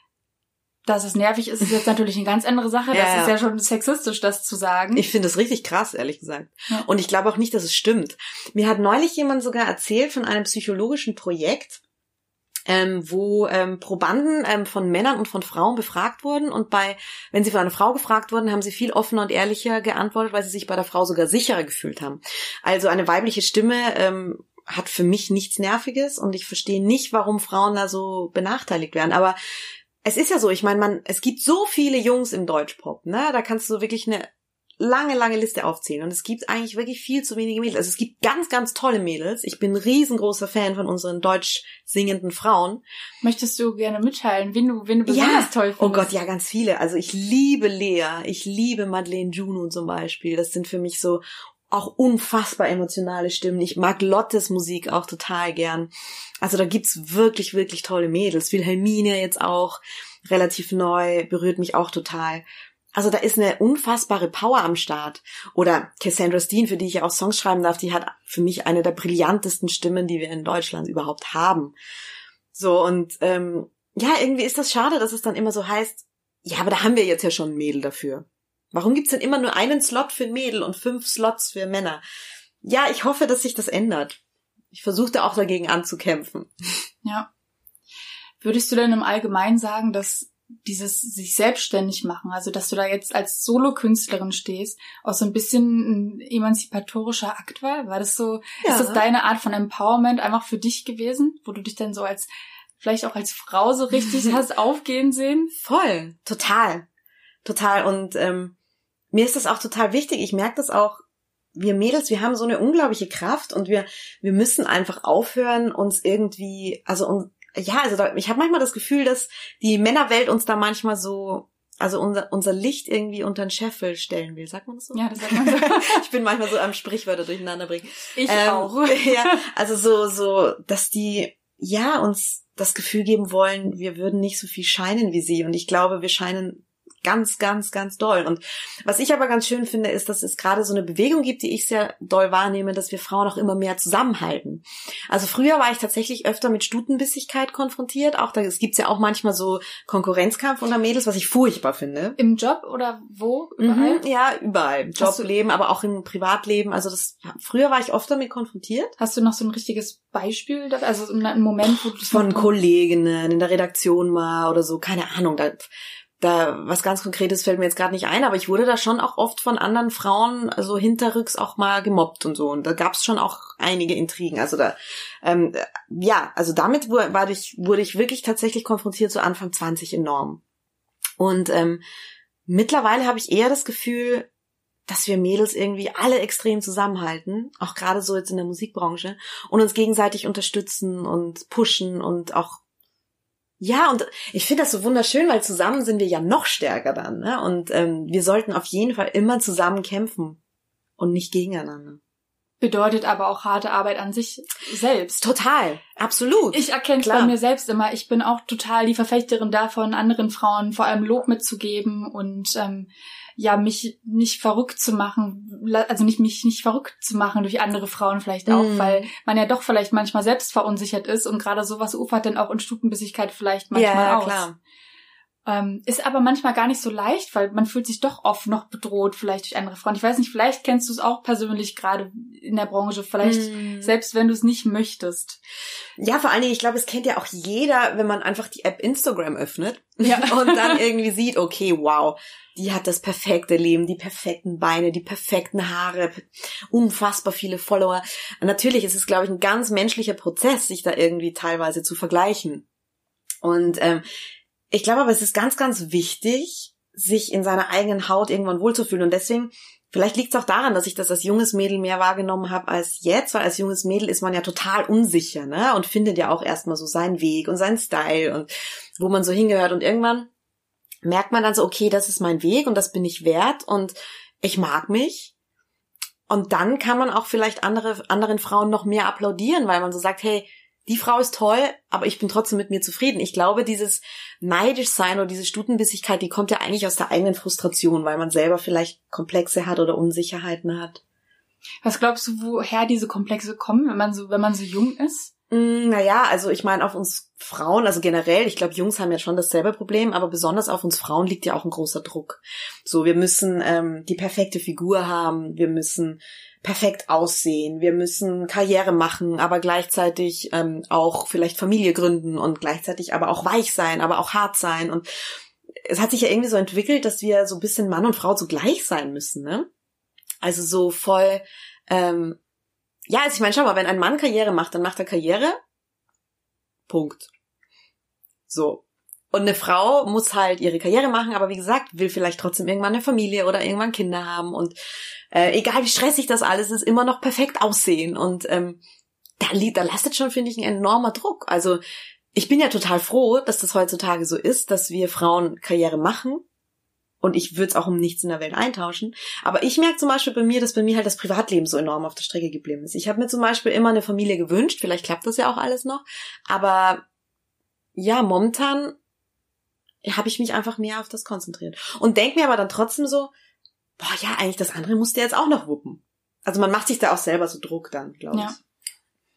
Dass es nervig ist, ist jetzt natürlich eine ganz andere Sache. Ja, das ja. ist ja schon sexistisch, das zu sagen. Ich finde es richtig krass, ehrlich gesagt. Ja. Und ich glaube auch nicht, dass es stimmt. Mir hat neulich jemand sogar erzählt von einem psychologischen Projekt, ähm, wo ähm, Probanden ähm, von Männern und von Frauen befragt wurden. Und bei, wenn sie von einer Frau gefragt wurden, haben sie viel offener und ehrlicher geantwortet, weil sie sich bei der Frau sogar sicherer gefühlt haben. Also eine weibliche Stimme ähm, hat für mich nichts Nerviges und ich verstehe nicht, warum Frauen da so benachteiligt werden. Aber es ist ja so, ich meine, man, es gibt so viele Jungs im Deutschpop, ne? Da kannst du wirklich eine lange, lange Liste aufzählen. Und es gibt eigentlich wirklich viel zu wenige Mädels. Also es gibt ganz, ganz tolle Mädels. Ich bin ein riesengroßer Fan von unseren deutsch singenden Frauen. Möchtest du gerne mitteilen, wen du, wen du besonders ja. toll findest? Oh Gott, ja, ganz viele. Also ich liebe Lea. Ich liebe Madeleine Juno zum Beispiel. Das sind für mich so auch unfassbar emotionale Stimmen. Ich mag Lottes Musik auch total gern. Also da gibt's wirklich, wirklich tolle Mädels. Wilhelmine jetzt auch, relativ neu, berührt mich auch total. Also da ist eine unfassbare Power am Start. Oder Cassandra Steen, für die ich ja auch Songs schreiben darf, die hat für mich eine der brillantesten Stimmen, die wir in Deutschland überhaupt haben. So, und ähm, ja, irgendwie ist das schade, dass es dann immer so heißt, ja, aber da haben wir jetzt ja schon ein Mädel dafür. Warum gibt's denn immer nur einen Slot für ein Mädel und fünf Slots für Männer? Ja, ich hoffe, dass sich das ändert. Ich versuchte auch dagegen anzukämpfen. Ja. Würdest du denn im Allgemeinen sagen, dass dieses sich selbstständig machen, also dass du da jetzt als Solokünstlerin stehst, auch so ein bisschen ein emanzipatorischer Akt war? War das so, ja. Ist das deine Art von Empowerment einfach für dich gewesen, wo du dich dann so als, vielleicht auch als Frau so richtig hast aufgehen sehen? Voll, total, total. Und ähm, mir ist das auch total wichtig. Ich merke das auch, wir Mädels, wir haben so eine unglaubliche Kraft und wir wir müssen einfach aufhören, uns irgendwie, also und, ja, also da, ich habe manchmal das Gefühl, dass die Männerwelt uns da manchmal so, also unser unser Licht irgendwie unter den Scheffel stellen will. Sagt man das so? Ja, das sagt man so. Ich bin manchmal so am Sprichwörter durcheinander bringen. Ich ähm, auch. Ja, also so so, dass die ja uns das Gefühl geben wollen, wir würden nicht so viel scheinen wie sie. Und ich glaube, wir scheinen ganz, ganz, ganz doll. Und was ich aber ganz schön finde, ist, dass es gerade so eine Bewegung gibt, die ich sehr doll wahrnehme, dass wir Frauen auch immer mehr zusammenhalten. Also früher war ich tatsächlich öfter mit Stutenbissigkeit konfrontiert. Auch da, es gibt ja auch manchmal so Konkurrenzkampf unter Mädels, was ich furchtbar finde. Im Job oder wo? Überall? Mhm, ja, überall. Job, Leben, aber auch im Privatleben. Also das, früher war ich oft damit konfrontiert. Hast du noch so ein richtiges Beispiel? Also einen Moment, wo du das von Kolleginnen in der Redaktion mal oder so, keine Ahnung, da Da was ganz Konkretes fällt mir jetzt gerade nicht ein, aber ich wurde da schon auch oft von anderen Frauen also hinterrücks auch mal gemobbt und so. Und da gab es schon auch einige Intrigen. Also da, ähm, ja, also damit wurde, war ich, wurde ich wirklich tatsächlich konfrontiert, so Anfang zwanzig enorm. Und ähm, mittlerweile habe ich eher das Gefühl, dass wir Mädels irgendwie alle extrem zusammenhalten, auch gerade so jetzt in der Musikbranche, und uns gegenseitig unterstützen und pushen und auch ja, und ich finde das so wunderschön, weil zusammen sind wir ja noch stärker dann, ne? Und ähm, wir sollten auf jeden Fall immer zusammen kämpfen und nicht gegeneinander. Bedeutet aber auch harte Arbeit an sich selbst. Total, absolut. Ich erkenne es bei mir selbst immer. Ich bin auch total die Verfechterin davon, anderen Frauen vor allem Lob mitzugeben und ähm, ja, mich nicht verrückt zu machen, also nicht mich nicht verrückt zu machen durch andere Frauen vielleicht auch, mm. weil man ja doch vielleicht manchmal selbst verunsichert ist und gerade sowas ufert dann auch in Stutenbissigkeit vielleicht manchmal ja, aus. Klar. Ähm, ist aber manchmal gar nicht so leicht, weil man fühlt sich doch oft noch bedroht vielleicht durch andere Frauen. Ich weiß nicht, vielleicht kennst du es auch persönlich gerade in der Branche, vielleicht mm. selbst wenn du es nicht möchtest. Ja, vor allen Dingen, ich glaube, es kennt ja auch jeder, wenn man einfach die App Instagram öffnet ja. und dann irgendwie sieht, okay, wow, die hat das perfekte Leben, die perfekten Beine, die perfekten Haare, unfassbar viele Follower. Und natürlich ist es, glaube ich, ein ganz menschlicher Prozess, sich da irgendwie teilweise zu vergleichen. Und ähm, ich glaube aber, es ist ganz, ganz wichtig, sich in seiner eigenen Haut irgendwann wohlzufühlen. Und deswegen, vielleicht liegt es auch daran, dass ich das als junges Mädel mehr wahrgenommen habe als jetzt, weil als junges Mädel ist man ja total unsicher, ne? Und findet ja auch erstmal so seinen Weg und seinen Style und wo man so hingehört. Und irgendwann merkt man dann so, okay, das ist mein Weg und das bin ich wert und ich mag mich. Und dann kann man auch vielleicht andere anderen Frauen noch mehr applaudieren, weil man so sagt, hey, die Frau ist toll, aber ich bin trotzdem mit mir zufrieden. Ich glaube, dieses neidisch sein oder diese Stutenbissigkeit, die kommt ja eigentlich aus der eigenen Frustration, weil man selber vielleicht Komplexe hat oder Unsicherheiten hat. Was glaubst du, woher diese Komplexe kommen, wenn man so, wenn man so jung ist? Mm, naja, also ich meine, auf uns Frauen, also generell, ich glaube, Jungs haben ja schon dasselbe Problem, aber besonders auf uns Frauen liegt ja auch ein großer Druck. So, wir müssen ähm, die perfekte Figur haben, wir müssen perfekt aussehen, wir müssen Karriere machen, aber gleichzeitig ähm, auch vielleicht Familie gründen und gleichzeitig aber auch weich sein, aber auch hart sein. Und es hat sich ja irgendwie so entwickelt, dass wir so ein bisschen Mann und Frau zugleich sein müssen, ne? Also so voll, ähm, ja, also ich meine, schau mal, wenn ein Mann Karriere macht, dann macht er Karriere, Punkt. So. Und eine Frau muss halt ihre Karriere machen, aber wie gesagt, will vielleicht trotzdem irgendwann eine Familie oder irgendwann Kinder haben und äh, egal wie stressig das alles ist, immer noch perfekt aussehen. Und ähm, da, da lastet schon, finde ich, ein enormer Druck. Also ich bin ja total froh, dass das heutzutage so ist, dass wir Frauen Karriere machen. Und ich würde es auch um nichts in der Welt eintauschen. Aber ich merke zum Beispiel bei mir, dass bei mir halt das Privatleben so enorm auf der Strecke geblieben ist. Ich habe mir zum Beispiel immer eine Familie gewünscht. Vielleicht klappt das ja auch alles noch. Aber ja, momentan habe ich mich einfach mehr auf das konzentriert. Und denke mir aber dann trotzdem so, boah, ja, eigentlich das andere musst du jetzt auch noch wuppen. Also man macht sich da auch selber so Druck dann, glaube ja. ich.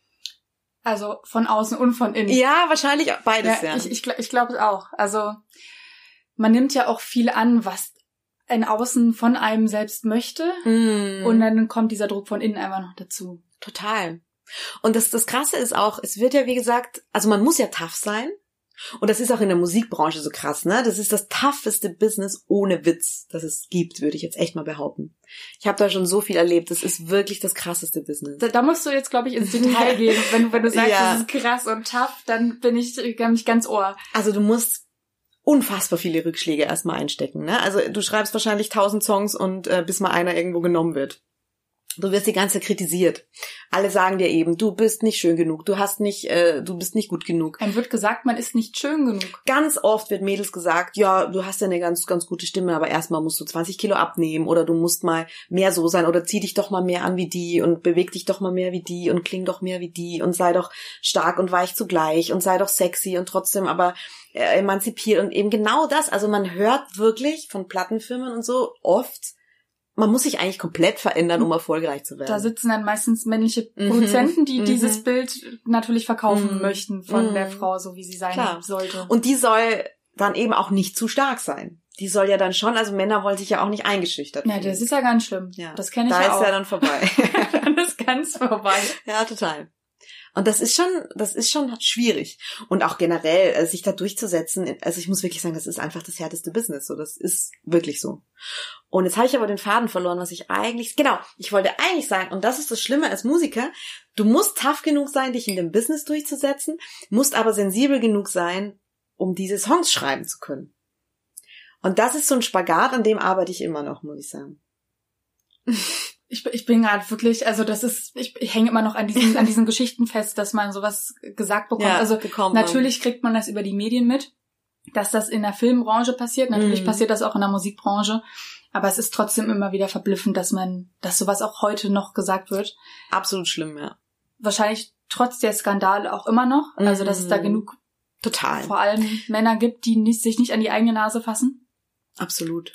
Also von außen und von innen. Ja, wahrscheinlich beides, ja. ja. Ich, ich, ich glaube es auch. Also man nimmt ja auch viel an, was ein Außen von einem selbst möchte. Mm. Und dann kommt dieser Druck von innen einfach noch dazu. Total. Und das, das Krasse ist auch, es wird ja wie gesagt, also man muss ja tough sein. Und das ist auch in der Musikbranche so krass, ne? Das ist das tougheste Business ohne Witz, das es gibt, würde ich jetzt echt mal behaupten. Ich habe da schon so viel erlebt. Das ist wirklich das krasseste Business. Da, da musst du jetzt, glaube ich, ins Detail gehen. Wenn du, wenn du sagst, ja. Das ist krass und tough, dann bin ich, bin ich ganz ohr. Also du musst unfassbar viele Rückschläge erstmal einstecken, ne? Also du schreibst wahrscheinlich tausend Songs und äh, bis mal einer irgendwo genommen wird. Du wirst die ganze Zeit kritisiert. Alle sagen dir eben, du bist nicht schön genug, du hast nicht, äh, du bist nicht gut genug. Einem wird gesagt, man ist nicht schön genug. Ganz oft wird Mädels gesagt, ja, du hast ja eine ganz, ganz gute Stimme, aber erstmal musst du zwanzig Kilo abnehmen oder du musst mal mehr so sein oder zieh dich doch mal mehr an wie die und beweg dich doch mal mehr wie die und kling doch mehr wie die und sei doch stark und weich zugleich und sei doch sexy und trotzdem aber äh, emanzipiert und eben genau das. Also man hört wirklich von Plattenfirmen und so oft, man muss sich eigentlich komplett verändern, um erfolgreich zu werden. Da sitzen dann meistens männliche Produzenten, die mhm. dieses Bild natürlich verkaufen mhm. möchten von mhm. der Frau, so wie sie sein Klar. sollte. Und die soll dann eben auch nicht zu stark sein. Die soll ja dann schon, also Männer wollen sich ja auch nicht eingeschüchtert fühlen. Ja, das ist ja ganz schlimm. Ja. Das kenne ich da ja auch. Da ist ja dann vorbei. Dann ist ganz vorbei. Ja, total. Und das ist schon, das ist schon schwierig. Und auch generell, äh, sich da durchzusetzen, also ich muss wirklich sagen, das ist einfach das härteste Business. So, das ist wirklich so. Und jetzt habe ich aber den Faden verloren, was ich eigentlich, genau, ich wollte eigentlich sagen, und das ist das Schlimme als Musiker, du musst tough genug sein, dich in dem Business durchzusetzen, musst aber sensibel genug sein, um diese Songs schreiben zu können. Und das ist so ein Spagat, an dem arbeite ich immer noch, muss ich sagen. Ich, ich bin gerade wirklich, also das ist, ich, ich hänge immer noch an diesen, an diesen Geschichten fest, dass man sowas gesagt bekommt. Ja, also bekommen. Natürlich kriegt man das über die Medien mit, dass das in der Filmbranche passiert. Natürlich mm. passiert das auch in der Musikbranche. Aber es ist trotzdem immer wieder verblüffend, dass man, dass sowas auch heute noch gesagt wird. Absolut schlimm, ja. Wahrscheinlich trotz der Skandale auch immer noch. Mm. Also dass es da genug, total, vor allem Männer gibt, die nicht, sich nicht an die eigene Nase fassen. Absolut.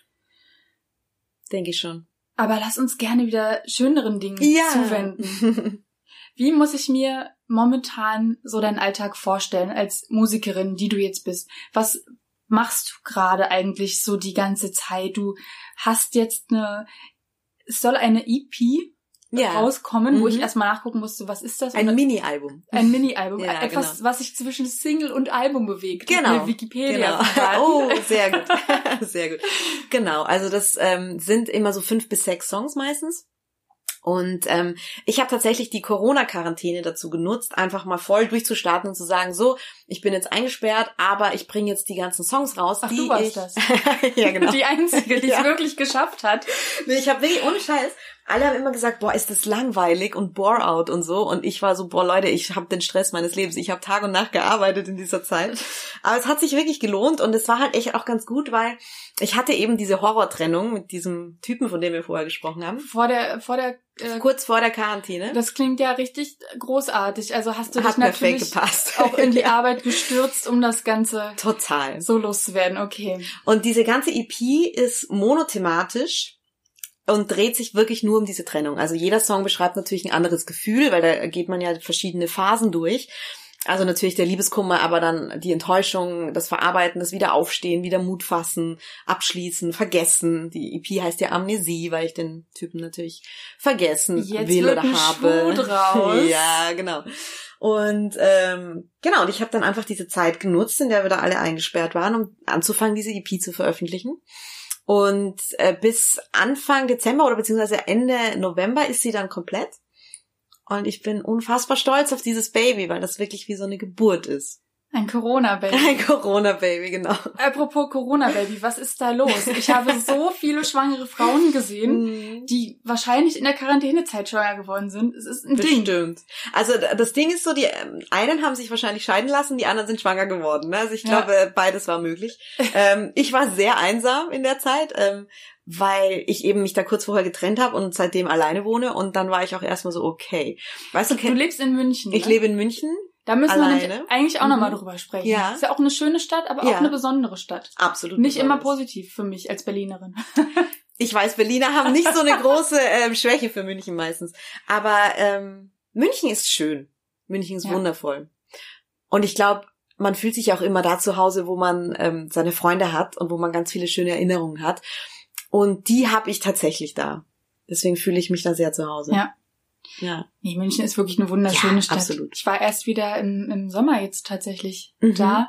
Denke ich schon. Aber lass uns gerne wieder schöneren Dingen ja. zuwenden. Wie muss ich mir momentan so deinen Alltag vorstellen als Musikerin, die du jetzt bist? Was machst du gerade eigentlich so die ganze Zeit? Du hast jetzt eine, es soll eine E P ja. rauskommen, mhm. wo ich erstmal nachgucken musste, was ist das? Ein Mini-Album. Ein Mini-Album. Ja, Etwas, genau. was sich zwischen Single und Album bewegt. Genau. Wikipedia. Genau. Oh, sehr gut. Sehr gut. Genau. Also das ähm, sind immer so fünf bis sechs Songs meistens. Und ähm, ich habe tatsächlich die Corona-Quarantäne dazu genutzt, einfach mal voll durchzustarten und zu sagen, so, ich bin jetzt eingesperrt, aber ich bringe jetzt die ganzen Songs raus, Ach, die du warst ich... das. Ja, genau. Die Einzige, die es ja. wirklich geschafft hat. Nee, ich habe wirklich, ohne Scheiß, alle haben immer gesagt, boah, ist das langweilig und bore out und so. Und ich war so, boah, Leute, ich habe den Stress meines Lebens. Ich habe Tag und Nacht gearbeitet in dieser Zeit. Aber es hat sich wirklich gelohnt und es war halt echt auch ganz gut, weil ich hatte eben diese Horrortrennung mit diesem Typen, von dem wir vorher gesprochen haben. Vor der, vor der, äh, kurz vor der Quarantäne. Das klingt ja richtig großartig. Also hast du dich hat natürlich gepasst. auch in die Arbeit gestürzt, um das Ganze total so loszuwerden. Okay. Und diese ganze E P ist monothematisch und dreht sich wirklich nur um diese Trennung. Also jeder Song beschreibt natürlich ein anderes Gefühl, weil da geht man ja verschiedene Phasen durch. Also natürlich der Liebeskummer, aber dann die Enttäuschung, das Verarbeiten, das Wiederaufstehen, wieder Mut fassen, abschließen, vergessen. Die E P heißt ja Amnesie, weil ich den Typen natürlich vergessen Jetzt will wird oder ein habe. Schuh draus. Ja, genau. Und ähm, genau, und ich habe dann einfach diese Zeit genutzt, in der wir da alle eingesperrt waren, um anzufangen, diese E P zu veröffentlichen. Und äh, bis Anfang Dezember oder beziehungsweise Ende November ist sie dann komplett. Und ich bin unfassbar stolz auf dieses Baby, weil das wirklich wie so eine Geburt ist. Ein Corona-Baby. Ein Corona-Baby, genau. Apropos Corona-Baby, was ist da los? Ich habe so viele schwangere Frauen gesehen, die wahrscheinlich in der Quarantänezeit schwanger geworden sind. Es ist ein Ding. Bestimmt. Also das Ding ist so, die einen haben sich wahrscheinlich scheiden lassen, die anderen sind schwanger geworden. Ne? Also ich glaube, ja. beides war möglich. ähm, ich war sehr einsam in der Zeit, ähm, weil ich eben mich da kurz vorher getrennt habe und seitdem alleine wohne. Und dann war ich auch erstmal so, okay. Weißt du, du lebst in München. Ich ne? lebe in München. Da müssen Alleine. wir nämlich eigentlich auch mhm. nochmal drüber sprechen. Ja. Ist ja auch eine schöne Stadt, aber auch ja. eine besondere Stadt. Absolut. Nicht besonders. immer positiv für mich als Berlinerin. Ich weiß, Berliner haben nicht so eine große ähm, Schwäche für München meistens. Aber ähm, München ist schön. München ist ja. wundervoll. Und ich glaube, man fühlt sich auch immer da zu Hause, wo man ähm, seine Freunde hat und wo man ganz viele schöne Erinnerungen hat. Und die habe ich tatsächlich da. Deswegen fühle ich mich da sehr zu Hause. Ja. Ja. Nee, München ist wirklich eine wunderschöne ja, Stadt. Absolut. Ich war erst wieder im, im Sommer jetzt tatsächlich mhm. da.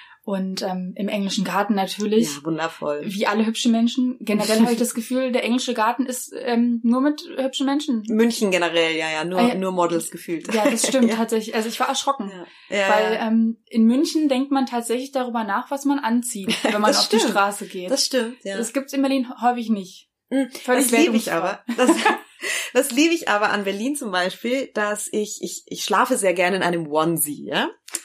Und ähm, im englischen Garten natürlich. Ja, wundervoll. Wie alle hübsche Menschen. Generell habe ich das Gefühl, der englische Garten ist ähm, nur mit hübschen Menschen. München generell, ja, ja. Nur, äh, nur Models gefühlt. Ja, das stimmt ja. tatsächlich. Also ich war erschrocken. Ja. Ja, weil ja. Ähm, in München denkt man tatsächlich darüber nach, was man anzieht, wenn man auf stimmt. die Straße geht. Das stimmt, ja. Das gibt's in Berlin häufig nicht. Völlig das liebe ich aber. Das, das liebe ich aber an Berlin zum Beispiel, dass ich, ich, ich schlafe sehr gerne in einem Onesie, ja.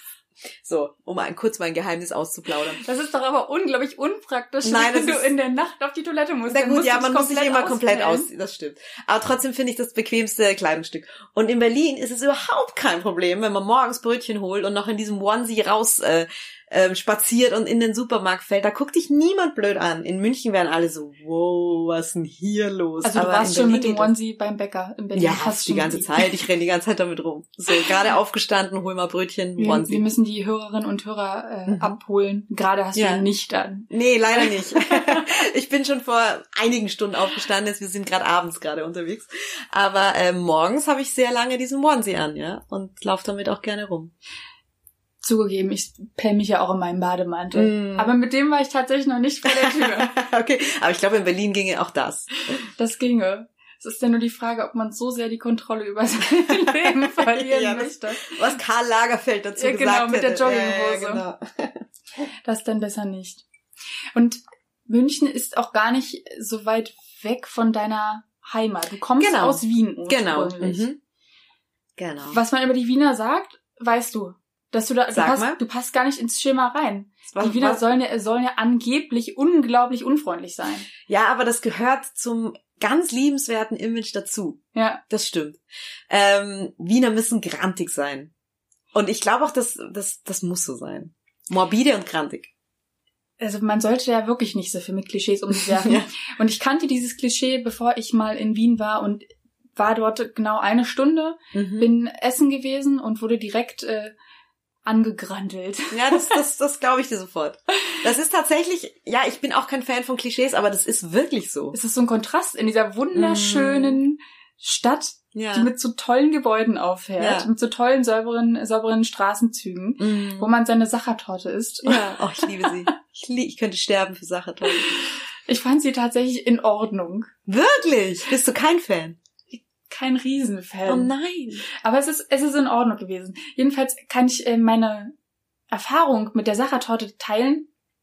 So, um ein, kurz mein Geheimnis auszuplaudern. Das ist doch aber unglaublich unpraktisch, Nein, wenn du ist, in der Nacht auf die Toilette musst. Na gut, musst ja, man muss sich immer ausfällen. komplett ausziehen, das stimmt. Aber trotzdem finde ich das bequemste Kleidungsstück. Und in Berlin ist es überhaupt kein Problem, wenn man morgens Brötchen holt und noch in diesem Onesie raus äh, ähm, spaziert und in den Supermarkt fällt. Da guckt dich niemand blöd an. In München wären alle so, wow, was ist denn hier los? Also du aber warst schon mit dem Onesie beim Bäcker in Berlin. Ja, hast die ganze Zeit. Ich renne die ganze Zeit damit rum. So, gerade aufgestanden, hol mal Brötchen, wir, Onesie. Wir müssen die Hörerinnen und Hörer äh, mhm. abholen. Gerade hast ja. du ihn nicht an. Nee, leider nicht. Ich bin schon vor einigen Stunden aufgestanden. Jetzt, wir sind gerade abends gerade unterwegs. Aber äh, morgens habe ich sehr lange diesen Onesie an, ja, und laufe damit auch gerne rum. Zugegeben, ich pell mich ja auch in meinem Bademantel. Mm. Aber mit dem war ich tatsächlich noch nicht vor der Tür. Okay, aber ich glaube, in Berlin ginge auch das. Das ginge. Es ist ja nur die Frage, ob man so sehr die Kontrolle über sein Leben verlieren ja, möchte. Was Karl Lagerfeld dazu ja, gesagt hat. Genau, mit der Jogginghose. Ja, ja, genau. Das dann besser nicht. Und München ist auch gar nicht so weit weg von deiner Heimat. Du kommst genau. aus Wien ursprünglich. Genau. Mhm. Genau. Was man über die Wiener sagt, weißt du. Dass du da, du Sag passt, mal. du passt gar nicht ins Schema rein. Was, die Wiener was? sollen ja, sollen ja angeblich unglaublich unfreundlich sein. Ja, aber das gehört zum ganz liebenswerten Image dazu. Ja. Das stimmt. Ähm, Wiener müssen grantig sein. Und ich glaube auch, dass das, das muss so sein. Morbide und grantig. Also man sollte ja wirklich nicht so viel mit Klischees um sich werfen. Ja. Und ich kannte dieses Klischee, bevor ich mal in Wien war und war dort genau eine Stunde, mhm. bin essen gewesen und wurde direkt äh, angegrandelt. Ja, das, das, das glaube ich dir sofort. Das ist tatsächlich, ja, ich bin auch kein Fan von Klischees, aber das ist wirklich so. Es ist so ein Kontrast in dieser wunderschönen mm. Stadt, ja. die mit so tollen Gebäuden auffährt, ja. mit so tollen, sauberen, sauberen Straßenzügen, mm. wo man seine Sachertorte isst. Ja, oh, ich liebe sie. Ich, lieb, ich könnte sterben für Sachertorte. Ich fand sie tatsächlich in Ordnung. Wirklich? Bist du kein Fan? Kein Riesenfan. Oh nein. Aber es ist, es ist in Ordnung gewesen. Jedenfalls kann ich äh, meine Erfahrung mit der Sachertorte teilen.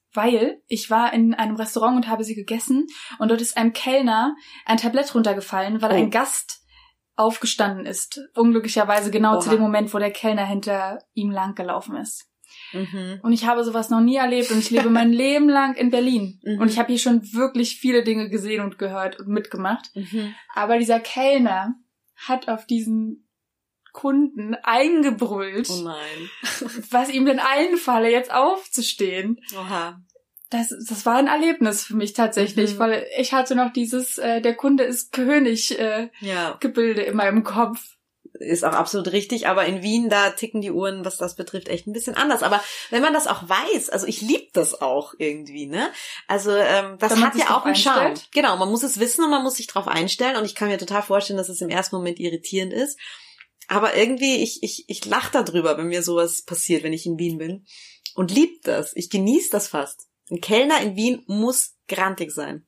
weil ich war in einem Restaurant und habe sie gegessen und dort ist einem Kellner ein Tablett runtergefallen, weil oh. ein Gast aufgestanden ist. Unglücklicherweise genau Oha. zu dem Moment, wo der Kellner hinter ihm lang gelaufen ist. Mhm. Und ich habe sowas noch nie erlebt und ich lebe mein Leben lang in Berlin. Mhm. Und ich habe hier schon wirklich viele Dinge gesehen und gehört und mitgemacht. Mhm. Aber dieser Kellner hat auf diesen Kunden eingebrüllt, oh nein. was ihm denn einfalle, jetzt aufzustehen. Oha. Das, das war ein Erlebnis für mich tatsächlich, mhm. weil ich hatte noch dieses, äh, der Kunde ist König äh, ja. Gebilde in meinem Kopf. Ist auch absolut richtig, aber in Wien, da ticken die Uhren, was das betrifft, echt ein bisschen anders. Aber wenn man das auch weiß, also ich liebe das auch irgendwie, ne? Also ähm, das hat ja auch einen Charme. Genau, man muss es wissen und man muss sich drauf einstellen und ich kann mir total vorstellen, dass es im ersten Moment irritierend ist. Aber irgendwie, ich ich ich lache darüber, wenn mir sowas passiert, wenn ich in Wien bin und lieb das. Ich genieße das fast. Ein Kellner in Wien muss grantig sein.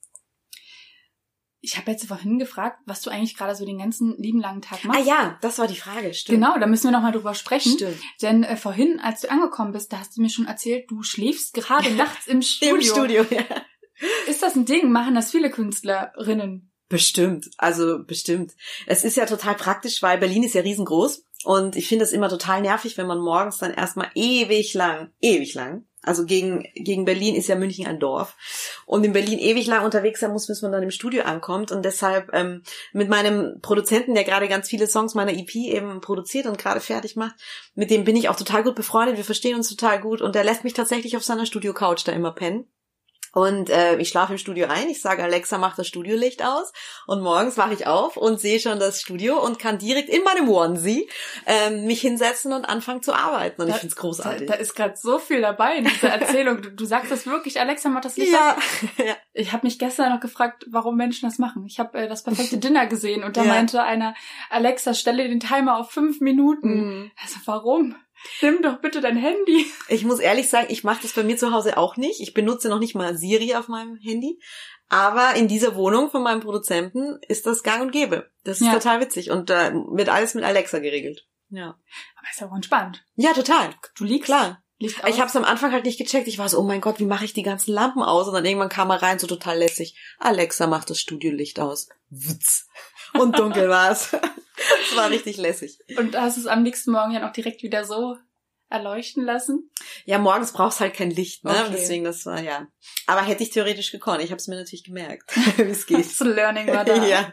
Ich habe jetzt vorhin gefragt, was du eigentlich gerade so den ganzen lieben langen Tag machst. Ah ja, das war die Frage, stimmt. Genau, da müssen wir nochmal drüber sprechen. Stimmt. Denn äh, vorhin, als du angekommen bist, da hast du mir schon erzählt, du schläfst gerade nachts im Studio. Im Studio, ja. Ist das ein Ding? Machen das viele Künstlerinnen? Bestimmt, also bestimmt. Es ist ja total praktisch, weil Berlin ist ja riesengroß und ich finde es immer total nervig, wenn man morgens dann erstmal ewig lang, ewig lang, also gegen gegen Berlin ist ja München ein Dorf und in Berlin ewig lang unterwegs sein muss, bis man dann im Studio ankommt und deshalb ähm, mit meinem Produzenten, der gerade ganz viele Songs meiner E P eben produziert und gerade fertig macht, mit dem bin ich auch total gut befreundet, wir verstehen uns total gut und der lässt mich tatsächlich auf seiner Studio-Couch da immer pennen. Und äh, ich schlafe im Studio ein, ich sage, Alexa, mach das Studiolicht aus und morgens wache ich auf und sehe schon das Studio und kann direkt in meinem Onesie ähm, mich hinsetzen und anfangen zu arbeiten und da, ich finde es großartig. Da, da ist gerade so viel dabei in dieser Erzählung. Du, du sagst das wirklich, Alexa, mach das Licht ja. aus. Ja. Ich habe mich gestern noch gefragt, warum Menschen das machen. Ich habe äh, das perfekte Dinner gesehen und da ja. meinte einer, Alexa, stelle den Timer auf fünf Minuten. Mhm. Also warum? Nimm doch bitte dein Handy. Ich muss ehrlich sagen, ich mache das bei mir zu Hause auch nicht. Ich benutze noch nicht mal Siri auf meinem Handy. Aber in dieser Wohnung von meinem Produzenten ist das gang und gäbe. Das ist ja. total witzig. Und da äh, wird alles mit Alexa geregelt. Ja. Aber ist ja auch entspannt. Ja, total. Du liegst. Klar. Ich habe es am Anfang halt nicht gecheckt. Ich war so, oh mein Gott, wie mache ich die ganzen Lampen aus? Und dann irgendwann kam er rein, so total lässig. Alexa, mach das Studiolicht aus. Wutz. Und dunkel war's. Das war richtig lässig. Und hast du es am nächsten Morgen ja noch direkt wieder so erleuchten lassen? Ja, morgens brauchst halt kein Licht, ne? Okay. Deswegen, das war, ja. Aber hätte ich theoretisch gekonnt. Ich habe es mir natürlich gemerkt, wie es geht. Das Learning war da. Ja.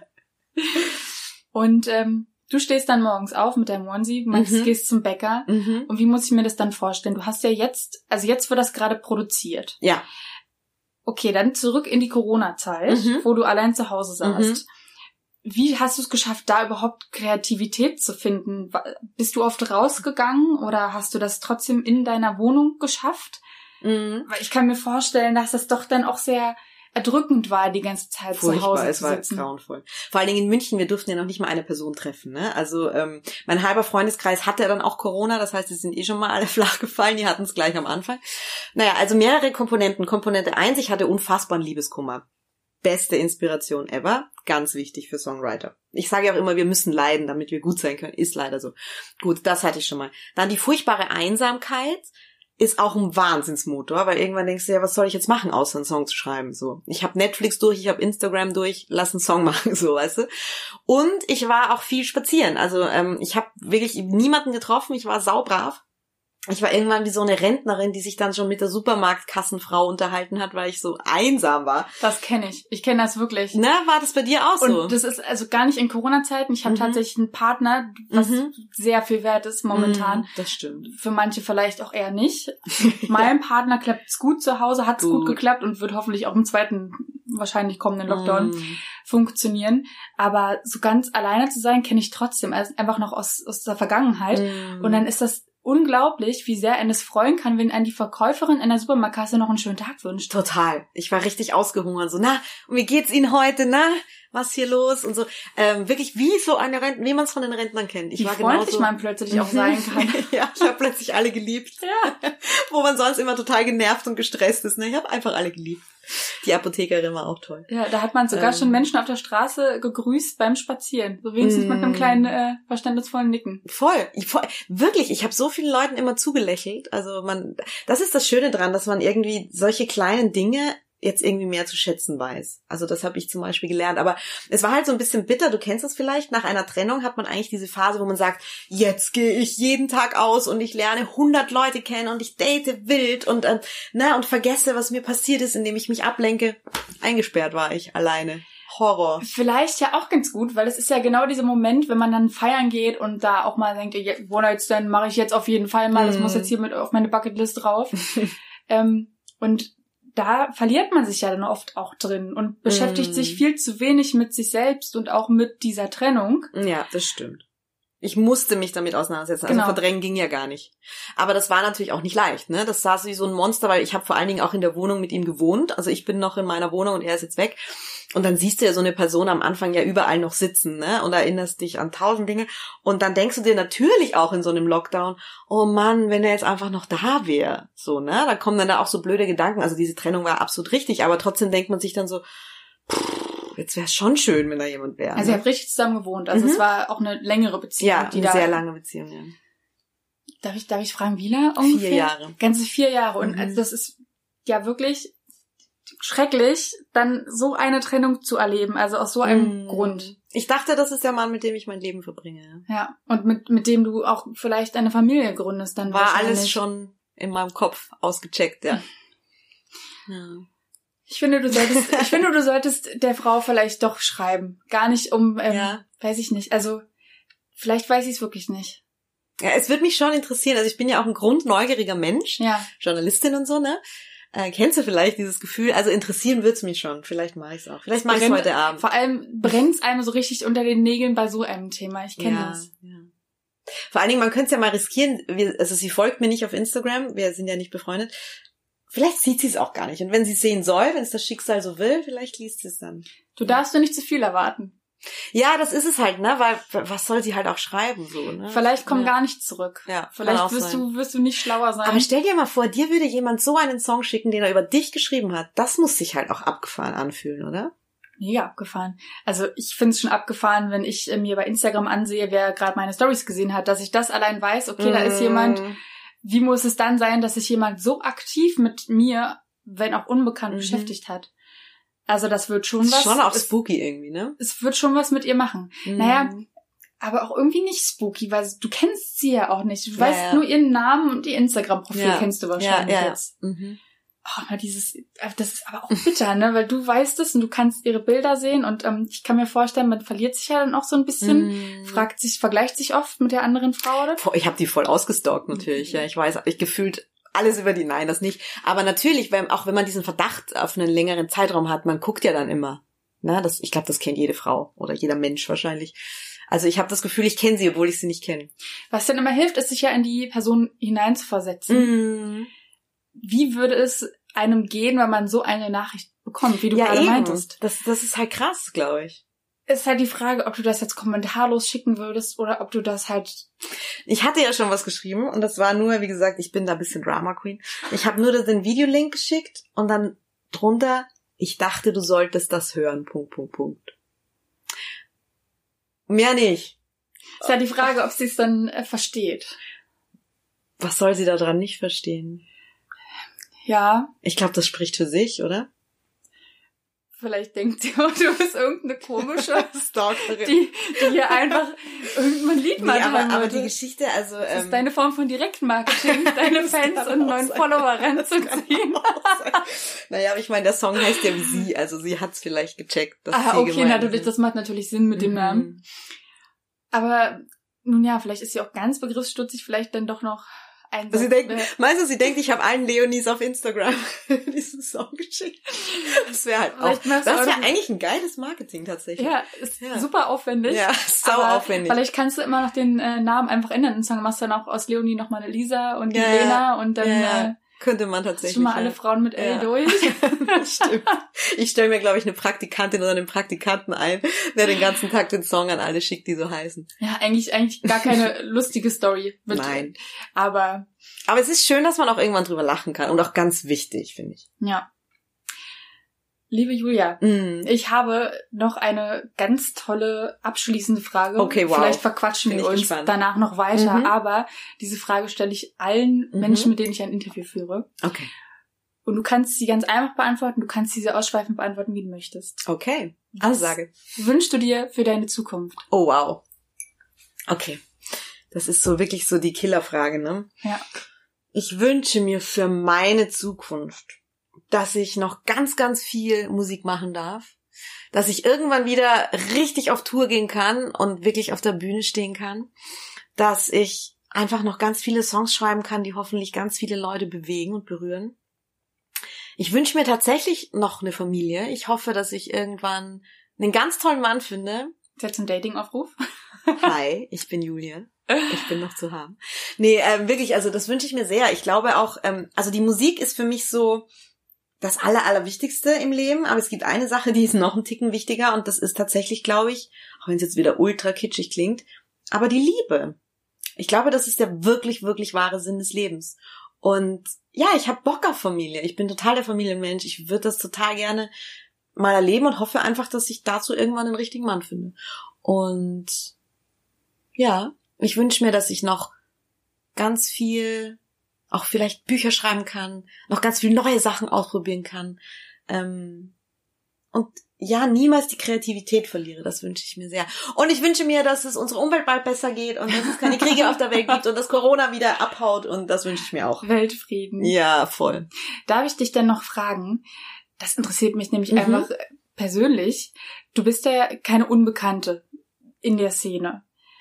Und ähm, du stehst dann morgens auf mit deinem Onesie, meinst, mhm. gehst zum Bäcker. Mhm. Und wie muss ich mir das dann vorstellen? Du hast ja jetzt, also jetzt wird das gerade produziert. Ja. Okay, dann zurück in die Corona-Zeit, mhm. wo du allein zu Hause saßt. Mhm. Wie hast du es geschafft, da überhaupt Kreativität zu finden? Bist du oft rausgegangen oder hast du das trotzdem in deiner Wohnung geschafft? Mhm. Weil ich kann mir vorstellen, dass das doch dann auch sehr erdrückend war, die ganze Zeit Furchtbar, zu Hause es zu war sitzen. grauenvoll. Vor allen Dingen in München, wir durften ja noch nicht mal eine Person treffen, ne? Also ähm, mein halber Freundeskreis hatte ja dann auch Corona, das heißt, die sind eh schon mal alle flach gefallen, die hatten es gleich am Anfang. Naja, also mehrere Komponenten. Komponente eins, ich hatte unfassbaren Liebeskummer. Beste Inspiration ever, ganz wichtig für Songwriter. Ich sage ja auch immer, wir müssen leiden, damit wir gut sein können, ist leider so. Gut, das hatte ich schon mal. Dann die furchtbare Einsamkeit ist auch ein Wahnsinnsmotor, weil irgendwann denkst du ja, was soll ich jetzt machen, außer einen Song zu schreiben, so. Ich habe Netflix durch, ich habe Instagram durch, lass einen Song machen, so, weißt du. Und ich war auch viel spazieren, also ähm, ich habe wirklich niemanden getroffen, ich war saubrav. Ich war irgendwann wie so eine Rentnerin, die sich dann schon mit der Supermarktkassenfrau unterhalten hat, weil ich so einsam war. Das kenne ich. Ich kenne das wirklich. Na, war das bei dir auch so? Und das ist also gar nicht in Corona-Zeiten. Ich habe mhm. tatsächlich einen Partner, was mhm. sehr viel wert ist momentan. Mhm, das stimmt. Für manche vielleicht auch eher nicht. Meinem Partner klappt es gut zu Hause, hat es gut. gut geklappt und wird hoffentlich auch im zweiten, wahrscheinlich kommenden Lockdown mhm. funktionieren. Aber so ganz alleine zu sein, kenne ich trotzdem. Also einfach noch aus, aus der Vergangenheit. Mhm. Und dann ist das unglaublich, wie sehr einen es freuen kann, wenn einen die Verkäuferin in der Supermarktkasse noch einen schönen Tag wünscht. Total. Ich war richtig ausgehungert. So, na, und wie geht's Ihnen heute, na? Was hier los? Und so, ähm, wirklich wie so eine Rentner, wie man es von den Rentnern kennt. Ich wie war freundlich genauso, man plötzlich auch sein kann. Ja, ich habe plötzlich alle geliebt. Ja. Wo man sonst immer total genervt und gestresst ist. Ne? Ich habe einfach alle geliebt. Die Apothekerin war auch toll. Ja, da hat man sogar ähm, schon Menschen auf der Straße gegrüßt beim Spazieren. So wenigstens mm, mit einem kleinen, äh, verständnisvollen Nicken. Voll, voll. Wirklich, ich habe so vielen Leuten immer zugelächelt. Also man, das ist das Schöne dran, dass man irgendwie solche kleinen Dinge jetzt irgendwie mehr zu schätzen weiß. Also das habe ich zum Beispiel gelernt. Aber es war halt so ein bisschen bitter, du kennst das vielleicht, nach einer Trennung hat man eigentlich diese Phase, wo man sagt, jetzt gehe ich jeden Tag aus und ich lerne hundert Leute kennen und ich date wild und äh, ne, und vergesse, was mir passiert ist, indem ich mich ablenke. Eingesperrt war ich alleine. Horror. Vielleicht ja auch ganz gut, weil es ist ja genau dieser Moment, wenn man dann feiern geht und da auch mal denkt, One-Night-Stand mache ich jetzt auf jeden Fall mal, das mm. muss jetzt hier mit auf meine Bucketlist drauf. ähm, und da verliert man sich ja dann oft auch drin und beschäftigt mm. sich viel zu wenig mit sich selbst und auch mit dieser Trennung. Ja, das stimmt. Ich musste mich damit auseinandersetzen. Also genau. Verdrängen ging ja gar nicht. Aber das war natürlich auch nicht leicht, ne? Das saß wie so ein Monster, weil ich habe vor allen Dingen auch in der Wohnung mit ihm gewohnt. Also ich bin noch in meiner Wohnung und er ist jetzt weg. Und dann siehst du ja so eine Person am Anfang ja überall noch sitzen, ne? Und erinnerst dich an tausend Dinge. Und dann denkst du dir natürlich auch in so einem Lockdown, oh Mann, wenn er jetzt einfach noch da wäre. So, ne? Da kommen dann da auch so blöde Gedanken. Also diese Trennung war absolut richtig, aber trotzdem denkt man sich dann so, pff, jetzt wäre es schon schön, wenn da jemand wäre. Also ne? ihr habt richtig zusammen gewohnt. Also mhm. es war auch eine längere Beziehung. Ja, die eine da sehr lange Beziehung, ja. Darf ich, darf ich fragen, wie lange ungefähr? Vier Jahre. Ganze vier Jahre. Und mhm. also das ist ja wirklich schrecklich, dann so eine Trennung zu erleben, also aus so einem mm. Grund. Ich dachte, das ist der Mann, mit dem ich mein Leben verbringe. Ja, und mit mit dem du auch vielleicht eine Familie gründest, dann war alles schon in meinem Kopf ausgecheckt, ja. ja. Ich finde, du solltest, ich finde, du solltest der Frau vielleicht doch schreiben, gar nicht um, ähm, ja. weiß ich nicht, also vielleicht weiß ich es wirklich nicht. Ja, es würde mich schon interessieren, also ich bin ja auch ein grundneugieriger Mensch, ja. Journalistin und so, ne? Äh, kennst du vielleicht dieses Gefühl? Also interessieren wird's mich schon. Vielleicht mache ich es auch. Vielleicht mache ich es heute Abend. Vor allem brennt's einem so richtig unter den Nägeln bei so einem Thema. Ich kenne ja, das. Ja. Vor allen Dingen, man könnte es ja mal riskieren. Wir, also sie folgt mir nicht auf Instagram. Wir sind ja nicht befreundet. Vielleicht sieht sie es auch gar nicht. Und wenn sie es sehen soll, wenn es das Schicksal so will, vielleicht liest sie es dann. Du darfst ja nicht zu viel erwarten. Ja, das ist es halt, ne, weil was soll sie halt auch schreiben, so, ne? Vielleicht kommt ja. gar nichts zurück. Ja, vielleicht wirst sein. du wirst du nicht schlauer sein. Aber stell dir mal vor, dir würde jemand so einen Song schicken, den er über dich geschrieben hat. Das muss sich halt auch abgefahren anfühlen, oder? Mega abgefahren. Also ich finde es schon abgefahren, wenn ich äh, mir bei Instagram ansehe, wer gerade meine Stories gesehen hat, dass ich das allein weiß, okay, mm. da ist jemand. Wie muss es dann sein, dass sich jemand so aktiv mit mir, wenn auch unbekannt, mm. beschäftigt hat? Also das wird schon das ist was... schon auch spooky irgendwie, ne? Es wird schon was mit ihr machen. Mhm. Naja, aber auch irgendwie nicht spooky, weil du kennst sie ja auch nicht. Du ja, weißt ja. nur ihren Namen und ihr Instagram-Profil ja. kennst du wahrscheinlich ja, ja, jetzt. Ja. Mhm. Oh, aber dieses, das ist aber auch bitter, ne? Weil du weißt es und du kannst ihre Bilder sehen und ähm, ich kann mir vorstellen, man verliert sich ja dann auch so ein bisschen, mhm. fragt sich, vergleicht sich oft mit der anderen Frau, oder? Ich habe die voll ausgestalkt natürlich, mhm. ja. Ich weiß, ich gefühlt alles über die, nein, das nicht. Aber natürlich, wenn, auch wenn man diesen Verdacht auf einen längeren Zeitraum hat, man guckt ja dann immer. Na, das, ich glaube, das kennt jede Frau oder jeder Mensch wahrscheinlich. Also ich habe das Gefühl, ich kenne sie, obwohl ich sie nicht kenne. Was dann immer hilft, ist, sich ja in die Person hineinzuversetzen. Mm. Wie würde es einem gehen, wenn man so eine Nachricht bekommt, wie du ja, gerade eben. meintest? Das, das ist halt krass, glaube ich. Es ist halt die Frage, ob du das jetzt kommentarlos schicken würdest oder ob du das halt... Ich hatte ja schon was geschrieben und das war nur, wie gesagt, ich bin da ein bisschen Drama Queen. Ich habe nur den Videolink geschickt und dann drunter, ich dachte, du solltest das hören, Punkt, Punkt, Punkt. Mehr nicht. Ist halt die Frage, ob sie es dann äh, versteht. Was soll sie da dran nicht verstehen? Ja. Ich glaube, das spricht für sich, oder? Vielleicht denkt sie, oh, du bist irgendeine komische Stalkerin, die, die hier einfach irgendein Lied mal nee, aber, haben aber die Geschichte, also... Das ähm, ist deine Form von Direktmarketing, deine Fans und neuen sein. Follower ranzuziehen. Naja, aber ich meine, der Song heißt ja wie sie, also sie hat's vielleicht gecheckt. Dass ah, sie okay, natürlich, das macht natürlich Sinn mit dem mhm. Namen. Aber, nun ja, vielleicht ist sie auch ganz begriffsstutzig, vielleicht dann doch noch... Also sie denkt, meinst du, sie denkt, ich habe allen Leonies auf Instagram diesen Song geschickt? Das wäre halt auch, das wäre eigentlich ein geiles Marketing tatsächlich. Ja, ist ja. super aufwendig. Ja, sau aber aufwendig. Vielleicht kannst du immer noch den äh, Namen einfach ändern und sagen, machst dann auch aus Leonie nochmal eine Lisa und eine ja, Lena und dann ja, äh, könnte man tatsächlich. Schon mal alle ja. Frauen mit L ja. durch. Stimmt. Ich stelle mir, glaube ich, eine Praktikantin oder einen Praktikanten ein, der den ganzen Tag den Song an alle schickt, die so heißen. Ja, eigentlich eigentlich gar keine lustige Story. Mit, Nein. Aber Aber es ist schön, dass man auch irgendwann drüber lachen kann und auch ganz wichtig, finde ich. Ja. Liebe Julia, Mm. ich habe noch eine ganz tolle abschließende Frage. Okay, wow. Vielleicht verquatschen Bin wir ich uns gespannt. danach noch weiter, Mhm. aber diese Frage stelle ich allen Mhm. Menschen, mit denen ich ein Interview führe. Okay. Und du kannst sie ganz einfach beantworten, du kannst diese ausschweifend beantworten, wie du möchtest. Okay. Was Ansage. wünschst du dir für deine Zukunft? Oh, wow. Okay. Das ist so wirklich so die Killerfrage, ne? Ja. Ich wünsche mir für meine Zukunft, dass ich noch ganz, ganz viel Musik machen darf, dass ich irgendwann wieder richtig auf Tour gehen kann und wirklich auf der Bühne stehen kann, dass ich einfach noch ganz viele Songs schreiben kann, die hoffentlich ganz viele Leute bewegen und berühren. Ich wünsche mir tatsächlich noch eine Familie. Ich hoffe, dass ich irgendwann einen ganz tollen Mann finde. Ist jetzt ein Dating-Aufruf? Hi, ich bin Julia. Ich bin noch zu haben. Nee, ähm, wirklich, also das wünsche ich mir sehr. Ich glaube auch, ähm, also die Musik ist für mich so das Aller, Allerwichtigste im Leben, aber es gibt eine Sache, die ist noch einen Ticken wichtiger und das ist tatsächlich, glaube ich, auch wenn es jetzt wieder ultra kitschig klingt, aber die Liebe. Ich glaube, das ist der wirklich, wirklich wahre Sinn des Lebens. Und ja, ich habe Bock auf Familie. Ich bin total der Familienmensch. Ich würde das total gerne mal erleben und hoffe einfach, dass ich dazu irgendwann den richtigen Mann finde. Und ja, ich wünsche mir, dass ich noch ganz viel, auch vielleicht Bücher schreiben kann, noch ganz viel neue Sachen ausprobieren kann. Ähm, und ja, niemals die Kreativität verliere. Das wünsche ich mir sehr. Und ich wünsche mir, dass es unserer Umwelt bald besser geht und dass es keine Kriege auf der Welt gibt und dass Corona wieder abhaut. Und das wünsche ich mir auch. Weltfrieden. Ja, voll. Darf ich dich denn noch fragen? Das interessiert mich nämlich Mhm. einfach persönlich. Du bist ja keine Unbekannte in der Szene.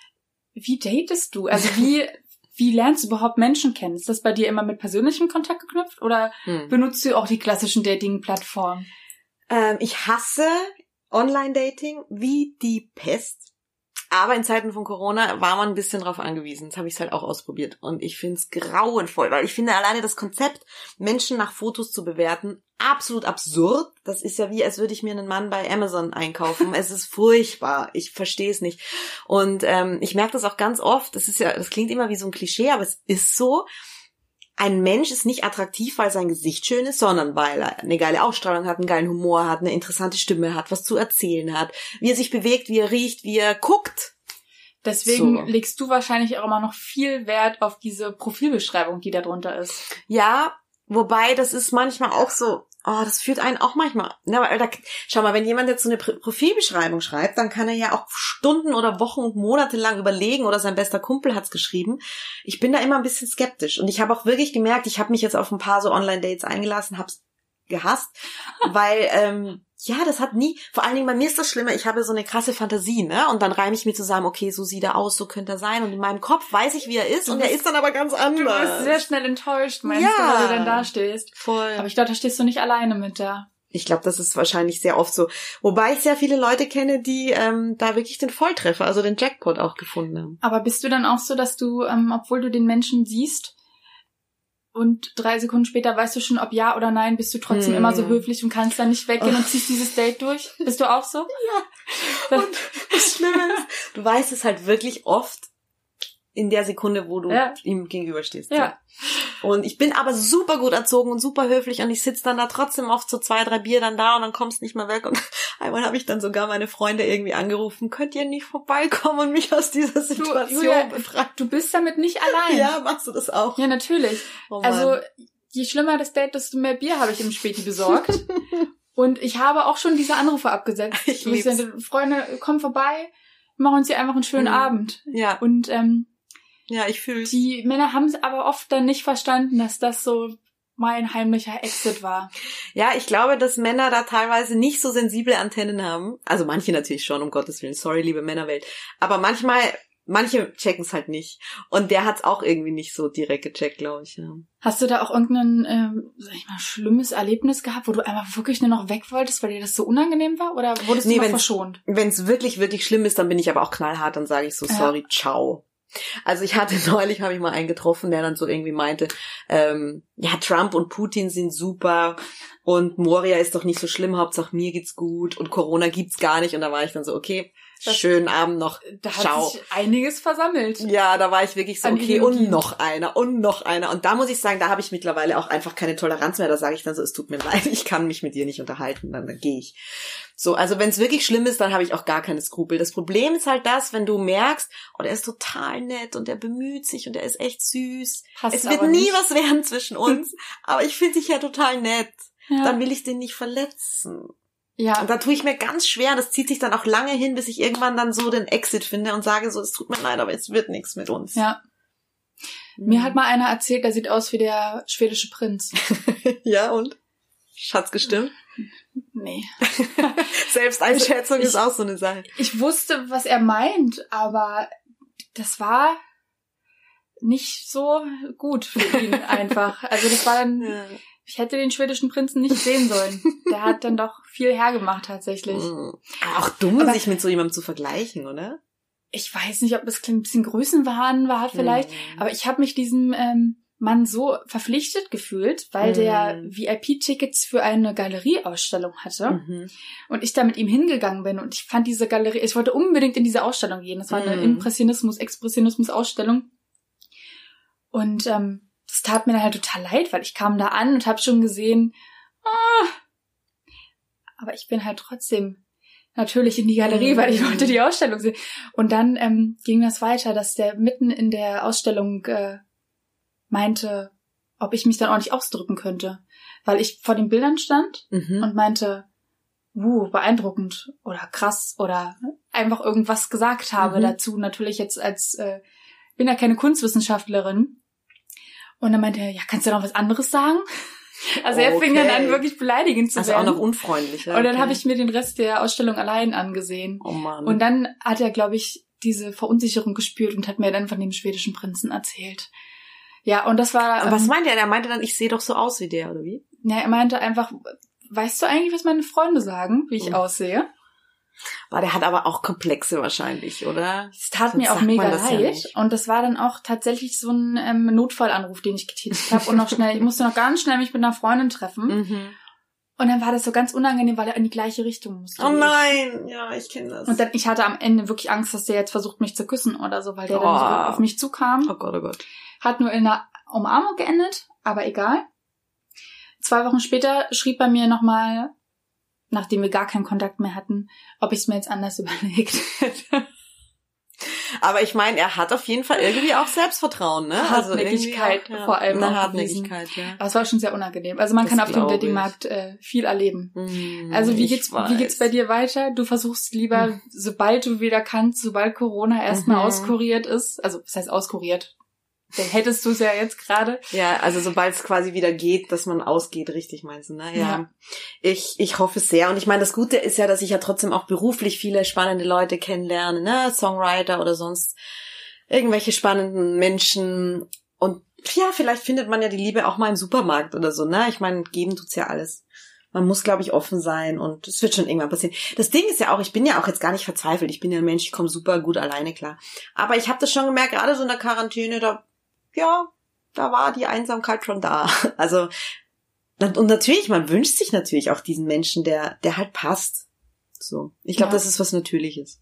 Wie datest du? Also wie, wie lernst du überhaupt Menschen kennen? Ist das bei dir immer mit persönlichem Kontakt geknüpft oder Hm. benutzt du auch die klassischen Dating-Plattformen? Ähm, ich hasse Online-Dating wie die Pest. Aber in Zeiten von Corona war man ein bisschen drauf angewiesen. Das habe ich halt auch ausprobiert. Und ich finde es grauenvoll, weil ich finde alleine das Konzept, Menschen nach Fotos zu bewerten, absolut absurd. Das ist ja wie, als würde ich mir einen Mann bei Amazon einkaufen. Es ist furchtbar. Ich verstehe es nicht. Und ähm, ich merke das auch ganz oft. Das ist ja, das klingt immer wie so ein Klischee, aber es ist so. Ein Mensch ist nicht attraktiv, weil sein Gesicht schön ist, sondern weil er eine geile Ausstrahlung hat, einen geilen Humor hat, eine interessante Stimme hat, was zu erzählen hat, wie er sich bewegt, wie er riecht, wie er guckt. Deswegen So. legst du wahrscheinlich auch immer noch viel Wert auf diese Profilbeschreibung, die da drunter ist. Ja, wobei das ist manchmal auch so, oh, das führt einen auch manchmal. Na, aber da, schau mal, wenn jemand jetzt so eine Pro- Profilbeschreibung schreibt, dann kann er ja auch Stunden oder Wochen und Monate lang überlegen oder sein bester Kumpel hat's geschrieben. Ich bin da immer ein bisschen skeptisch und ich habe auch wirklich gemerkt, ich habe mich jetzt auf ein paar so Online-Dates eingelassen, hab's gehasst, weil ähm, ja, das hat nie, vor allen Dingen bei mir ist das Schlimme, ich habe so eine krasse Fantasie, ne? Und dann reime ich mir zusammen, okay, so sieht er aus, so könnte er sein und in meinem Kopf weiß ich, wie er ist Du und bist- er ist dann aber ganz Du anders. bist sehr schnell enttäuscht, meinst Ja. du, weil du dann da stehst. Voll. Aber ich glaube, da stehst du nicht alleine mit da. Ich glaube, das ist wahrscheinlich sehr oft so. Wobei ich sehr viele Leute kenne, die ähm, da wirklich den Volltreffer, also den Jackpot auch gefunden haben. Aber bist du dann auch so, dass du, ähm, obwohl du den Menschen siehst und drei Sekunden später weißt du schon, ob ja oder nein, bist du trotzdem Hm. immer so höflich und kannst dann nicht weggehen Oh. und ziehst dieses Date durch? Bist du auch so? Ja. Das, Und das Schlimme ist, du weißt es halt wirklich oft in der Sekunde, wo du Ja. ihm gegenüberstehst. ja. Und ich bin aber super gut erzogen und super höflich und ich sitze dann da trotzdem oft so zwei, drei Bier dann da und dann kommst nicht mehr weg. Und einmal habe ich dann sogar meine Freunde irgendwie angerufen, könnt ihr nicht vorbeikommen und mich aus dieser Du, Situation Julia, befreien? du bist damit nicht allein. Ja, machst du das auch? Ja, natürlich. Oh Mann. Also, je schlimmer das Date, desto mehr Bier habe ich im Späti besorgt. Und ich habe auch schon diese Anrufe abgesetzt. Ich Wo lieb's. sagte, Freunde, komm vorbei, machen uns hier einfach einen schönen Mhm. Abend. Ja, Und ähm, ja, ich fühl's. die Männer haben es aber oft dann nicht verstanden, dass das so mein heimlicher Exit war. Ja, ich glaube, dass Männer da teilweise nicht so sensible Antennen haben. Also manche natürlich schon, um Gottes Willen. Sorry, liebe Männerwelt. Aber manchmal, manche checken es halt nicht. Und der hat's auch irgendwie nicht so direkt gecheckt, glaube ich. Ja. Hast du da auch irgendein, ähm, sag ich mal, schlimmes Erlebnis gehabt, wo du einfach wirklich nur noch weg wolltest, weil dir das so unangenehm war? Oder wurdest Nee, du noch wenn's- verschont? Wenn es wirklich, wirklich schlimm ist, dann bin ich aber auch knallhart. Dann sage ich so, Ja. sorry, ciao. Also ich hatte neulich, habe ich mal einen getroffen, der dann so irgendwie meinte, ähm, ja, Trump und Putin sind super und Moria ist doch nicht so schlimm, Hauptsache mir geht's gut und Corona gibt's gar nicht. Und da war ich dann so, okay, Das, schönen Abend noch. Da hat Ciao. sich einiges versammelt. Ja, da war ich wirklich so, An okay, Ideologien. und noch einer, und noch einer. Und da muss ich sagen, da habe ich mittlerweile auch einfach keine Toleranz mehr. Da sage ich dann so, es tut mir leid, ich kann mich mit dir nicht unterhalten, dann, dann gehe ich. So, also wenn es wirklich schlimm ist, dann habe ich auch gar keine Skrupel. Das Problem ist halt das, wenn du merkst, oh, der ist total nett und der bemüht sich und der ist echt süß. Passt es wird aber nie nicht. was werden zwischen uns, aber ich finde dich ja total nett. Ja. Dann will ich den nicht verletzen. Ja. Und da tue ich mir ganz schwer, das zieht sich dann auch lange hin, bis ich irgendwann dann so den Exit finde und sage so, es tut mir leid, aber es wird nichts mit uns. Ja. Mhm. Mir hat mal einer erzählt, der sieht aus wie der schwedische Prinz. Ja, und? Hat's gestimmt? Nee. Selbsteinschätzung Also, ist auch so eine Sache. Ich wusste, was er meint, aber das war nicht so gut für ihn einfach. Also das war dann, Ja. ich hätte den schwedischen Prinzen nicht sehen sollen. Der hat dann doch viel hergemacht tatsächlich. Mhm. Auch dumm, Aber- sich mit so jemandem zu vergleichen, oder? Ich weiß nicht, ob das ein bisschen Größenwahn war vielleicht, Mhm. aber ich habe mich diesem ähm, Mann so verpflichtet gefühlt, weil Mhm. der V I P-Tickets für eine Galerieausstellung hatte. Mhm. Und ich da mit ihm hingegangen bin und ich fand diese Galerie, ich wollte unbedingt in diese Ausstellung gehen. Das war eine Mhm. Impressionismus, Expressionismus-Ausstellung. Und ähm, das tat mir dann halt total leid, weil ich kam da an und habe schon gesehen, ah, aber ich bin halt trotzdem natürlich in die Galerie, Mhm. weil ich wollte die Ausstellung sehen. Und dann ähm, ging das weiter, dass der mitten in der Ausstellung äh, meinte, ob ich mich dann auch nicht ausdrücken könnte. Weil ich vor den Bildern stand Mhm. und meinte, uh, beeindruckend oder krass oder einfach irgendwas gesagt habe Mhm. dazu. Natürlich jetzt als, äh, bin ja keine Kunstwissenschaftlerin. Und dann meinte er, ja, kannst du noch was anderes sagen? Also er fing dann Okay. an, wirklich beleidigend zu Also auch werden. noch unfreundlicher. Und dann okay. habe ich mir den Rest der Ausstellung allein angesehen. Oh Mann. Und dann hat er, glaube ich, diese Verunsicherung gespürt und hat mir dann von dem schwedischen Prinzen erzählt. Ja, und das war... Aber was ähm, meinte er? Er meinte dann, ich sehe doch so aus wie der, oder wie? ja, er meinte einfach, weißt du eigentlich, was meine Freunde sagen, wie ich Mhm. aussehe? Boah, der hat aber auch Komplexe wahrscheinlich, oder? Es tat Sonst mir auch sagt man mega das ja leid. nicht. Und das war dann auch tatsächlich so ein ähm, Notfallanruf, den ich getätigt habe. Und noch schnell, ich musste noch ganz schnell mich mit einer Freundin treffen. Mhm. Und dann war das so ganz unangenehm, weil er in die gleiche Richtung musste. Oh wie ich. nein, ja, ich kenne das. Und dann, ich hatte am Ende wirklich Angst, dass der jetzt versucht, mich zu küssen oder so, weil der dann so Oh. auf mich zukam. oh Gott, oh Gott. Hat nur in einer Umarmung geendet, aber egal. Zwei Wochen später schrieb er mir nochmal, nachdem wir gar keinen Kontakt mehr hatten, ob ich es mir jetzt anders überlegt hätte. Aber ich meine, er hat auf jeden Fall irgendwie auch Selbstvertrauen, ne? Hartnäckigkeit irgendwie auch, vor allem Eine auch Hartnäckigkeit, ja. Aber es war schon sehr unangenehm. Also man Das kann auf dem glaub ich. Datingmarkt äh, viel erleben. Mm, Also wie ich geht's, weiß. wie geht's bei dir weiter? Du versuchst lieber, Hm. sobald du wieder kannst, sobald Corona erstmal Mhm. auskuriert ist, also was heißt auskuriert? Dann hättest du es ja jetzt gerade. Ja, also sobald es quasi wieder geht, dass man ausgeht, richtig meinst du, ne? Ja. Ja. Ich, ich hoffe es sehr. Und ich meine, das Gute ist ja, dass ich ja trotzdem auch beruflich viele spannende Leute kennenlerne, ne? Songwriter oder sonst irgendwelche spannenden Menschen. Und ja, vielleicht findet man ja die Liebe auch mal im Supermarkt oder so, ne? Ich meine, geben tut's ja alles. Man muss, glaube ich, offen sein und es wird schon irgendwann passieren. Das Ding ist ja auch, ich bin ja auch jetzt gar nicht verzweifelt. Ich bin ja ein Mensch, ich komme super gut alleine klar. Aber ich habe das schon gemerkt, gerade so in der Quarantäne, da, ja, da war die Einsamkeit schon da. Also, und natürlich, man wünscht sich natürlich auch diesen Menschen, der, der halt passt. So. Ich glaube, Ja. das ist was Natürliches.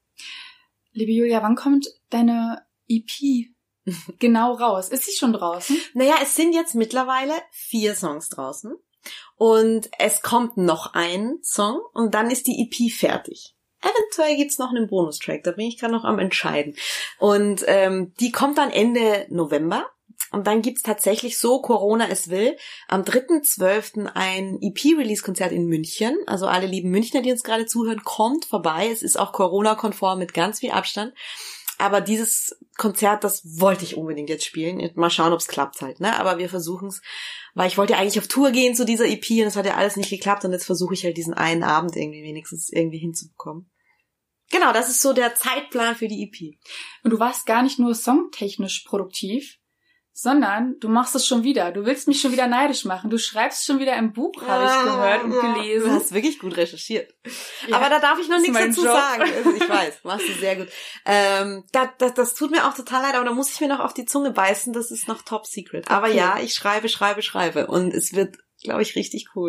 Liebe Julia, wann kommt deine E P genau raus? Ist sie schon draußen? Naja, es sind jetzt mittlerweile vier Songs draußen. Und es kommt noch ein Song und dann ist die E P fertig. Eventuell gibt's noch einen Bonustrack, da bin ich gerade noch am entscheiden. Und ähm, die kommt dann Ende November. Und dann gibt's tatsächlich, so Corona es will, am dritten zwölften ein E P-Release-Konzert in München. Also alle lieben Münchner, die uns gerade zuhören, kommt vorbei. Es ist auch Corona-konform mit ganz viel Abstand. Aber dieses Konzert, das wollte ich unbedingt jetzt spielen. Mal schauen, ob es klappt halt, ne? Aber wir versuchen es, weil ich wollte ja eigentlich auf Tour gehen zu dieser E P und das hat ja alles nicht geklappt und jetzt versuche ich halt diesen einen Abend irgendwie wenigstens irgendwie hinzubekommen. Genau, das ist so der Zeitplan für die E P. Und du warst gar nicht nur songtechnisch produktiv, sondern du machst es schon wieder. Du willst mich schon wieder neidisch machen. Du schreibst schon wieder ein Buch, habe ich gehört und Ja, gelesen. Du hast wirklich gut recherchiert. Ja, Aber da darf ich noch das ist nichts mein dazu Job. sagen. Also ich weiß, machst du sehr gut. Ähm, das, das, das tut mir auch total leid, aber da muss ich mir noch auf die Zunge beißen. Das ist noch top secret. Aber Okay. ja, ich schreibe, schreibe, schreibe. Und es wird, glaube ich, richtig cool.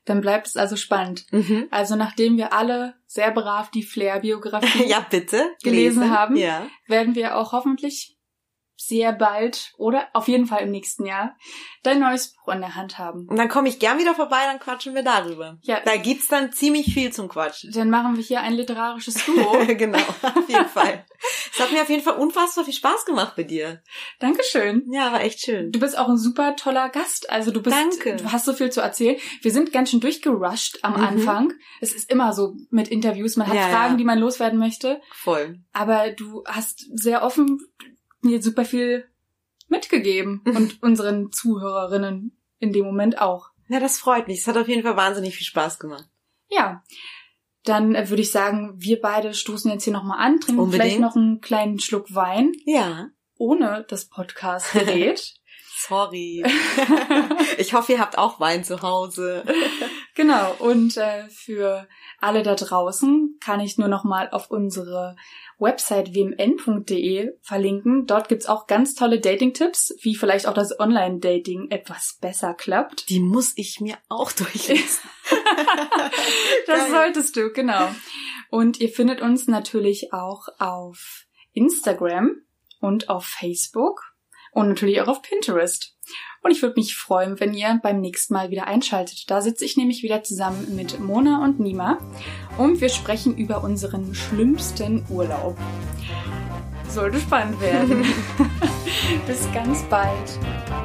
Dann bleibt es also spannend. Mhm. Also nachdem wir alle sehr brav die Flair-Biografie ja, bitte. gelesen Lesen. haben, ja. werden wir auch hoffentlich sehr bald oder auf jeden Fall im nächsten Jahr dein neues Buch in der Hand haben. Und dann komme ich gern wieder vorbei, dann quatschen wir darüber. Ja. Da gibt's dann ziemlich viel zum Quatschen. Dann machen wir hier ein literarisches Duo. Genau, auf jeden Fall. Es hat mir auf jeden Fall unfassbar viel Spaß gemacht bei dir. Dankeschön. Ja, war echt schön. Du bist auch ein super toller Gast. Also du bist, Danke. Du hast so viel zu erzählen. Wir sind ganz schön durchgerusht am Mhm. Anfang. Es ist immer so mit Interviews. Man hat Ja, Fragen, ja. die man loswerden möchte. Voll. Aber du hast sehr offen mir super viel mitgegeben Mhm. und unseren Zuhörerinnen in dem Moment auch. Ja, das freut mich. Es hat auf jeden Fall wahnsinnig viel Spaß gemacht. Ja, dann äh, würde ich sagen, wir beide stoßen jetzt hier nochmal an, trinken Unbedingt. vielleicht noch einen kleinen Schluck Wein Ja. ohne das Podcast-Gerät. Sorry. Ich hoffe, ihr habt auch Wein zu Hause. Genau, und äh, für alle da draußen kann ich nur nochmal auf unsere Website w m n punkt d e verlinken. Dort gibt's auch ganz tolle Dating-Tipps, wie vielleicht auch das Online-Dating etwas besser klappt. Die muss ich mir auch durchlesen. Das Geil. solltest du, genau. Und ihr findet uns natürlich auch auf Instagram und auf Facebook und natürlich auch auf Pinterest. Und ich würde mich freuen, wenn ihr beim nächsten Mal wieder einschaltet. Da sitze ich nämlich wieder zusammen mit Mona und Nima und wir sprechen über unseren schlimmsten Urlaub. Sollte spannend werden. Bis ganz bald.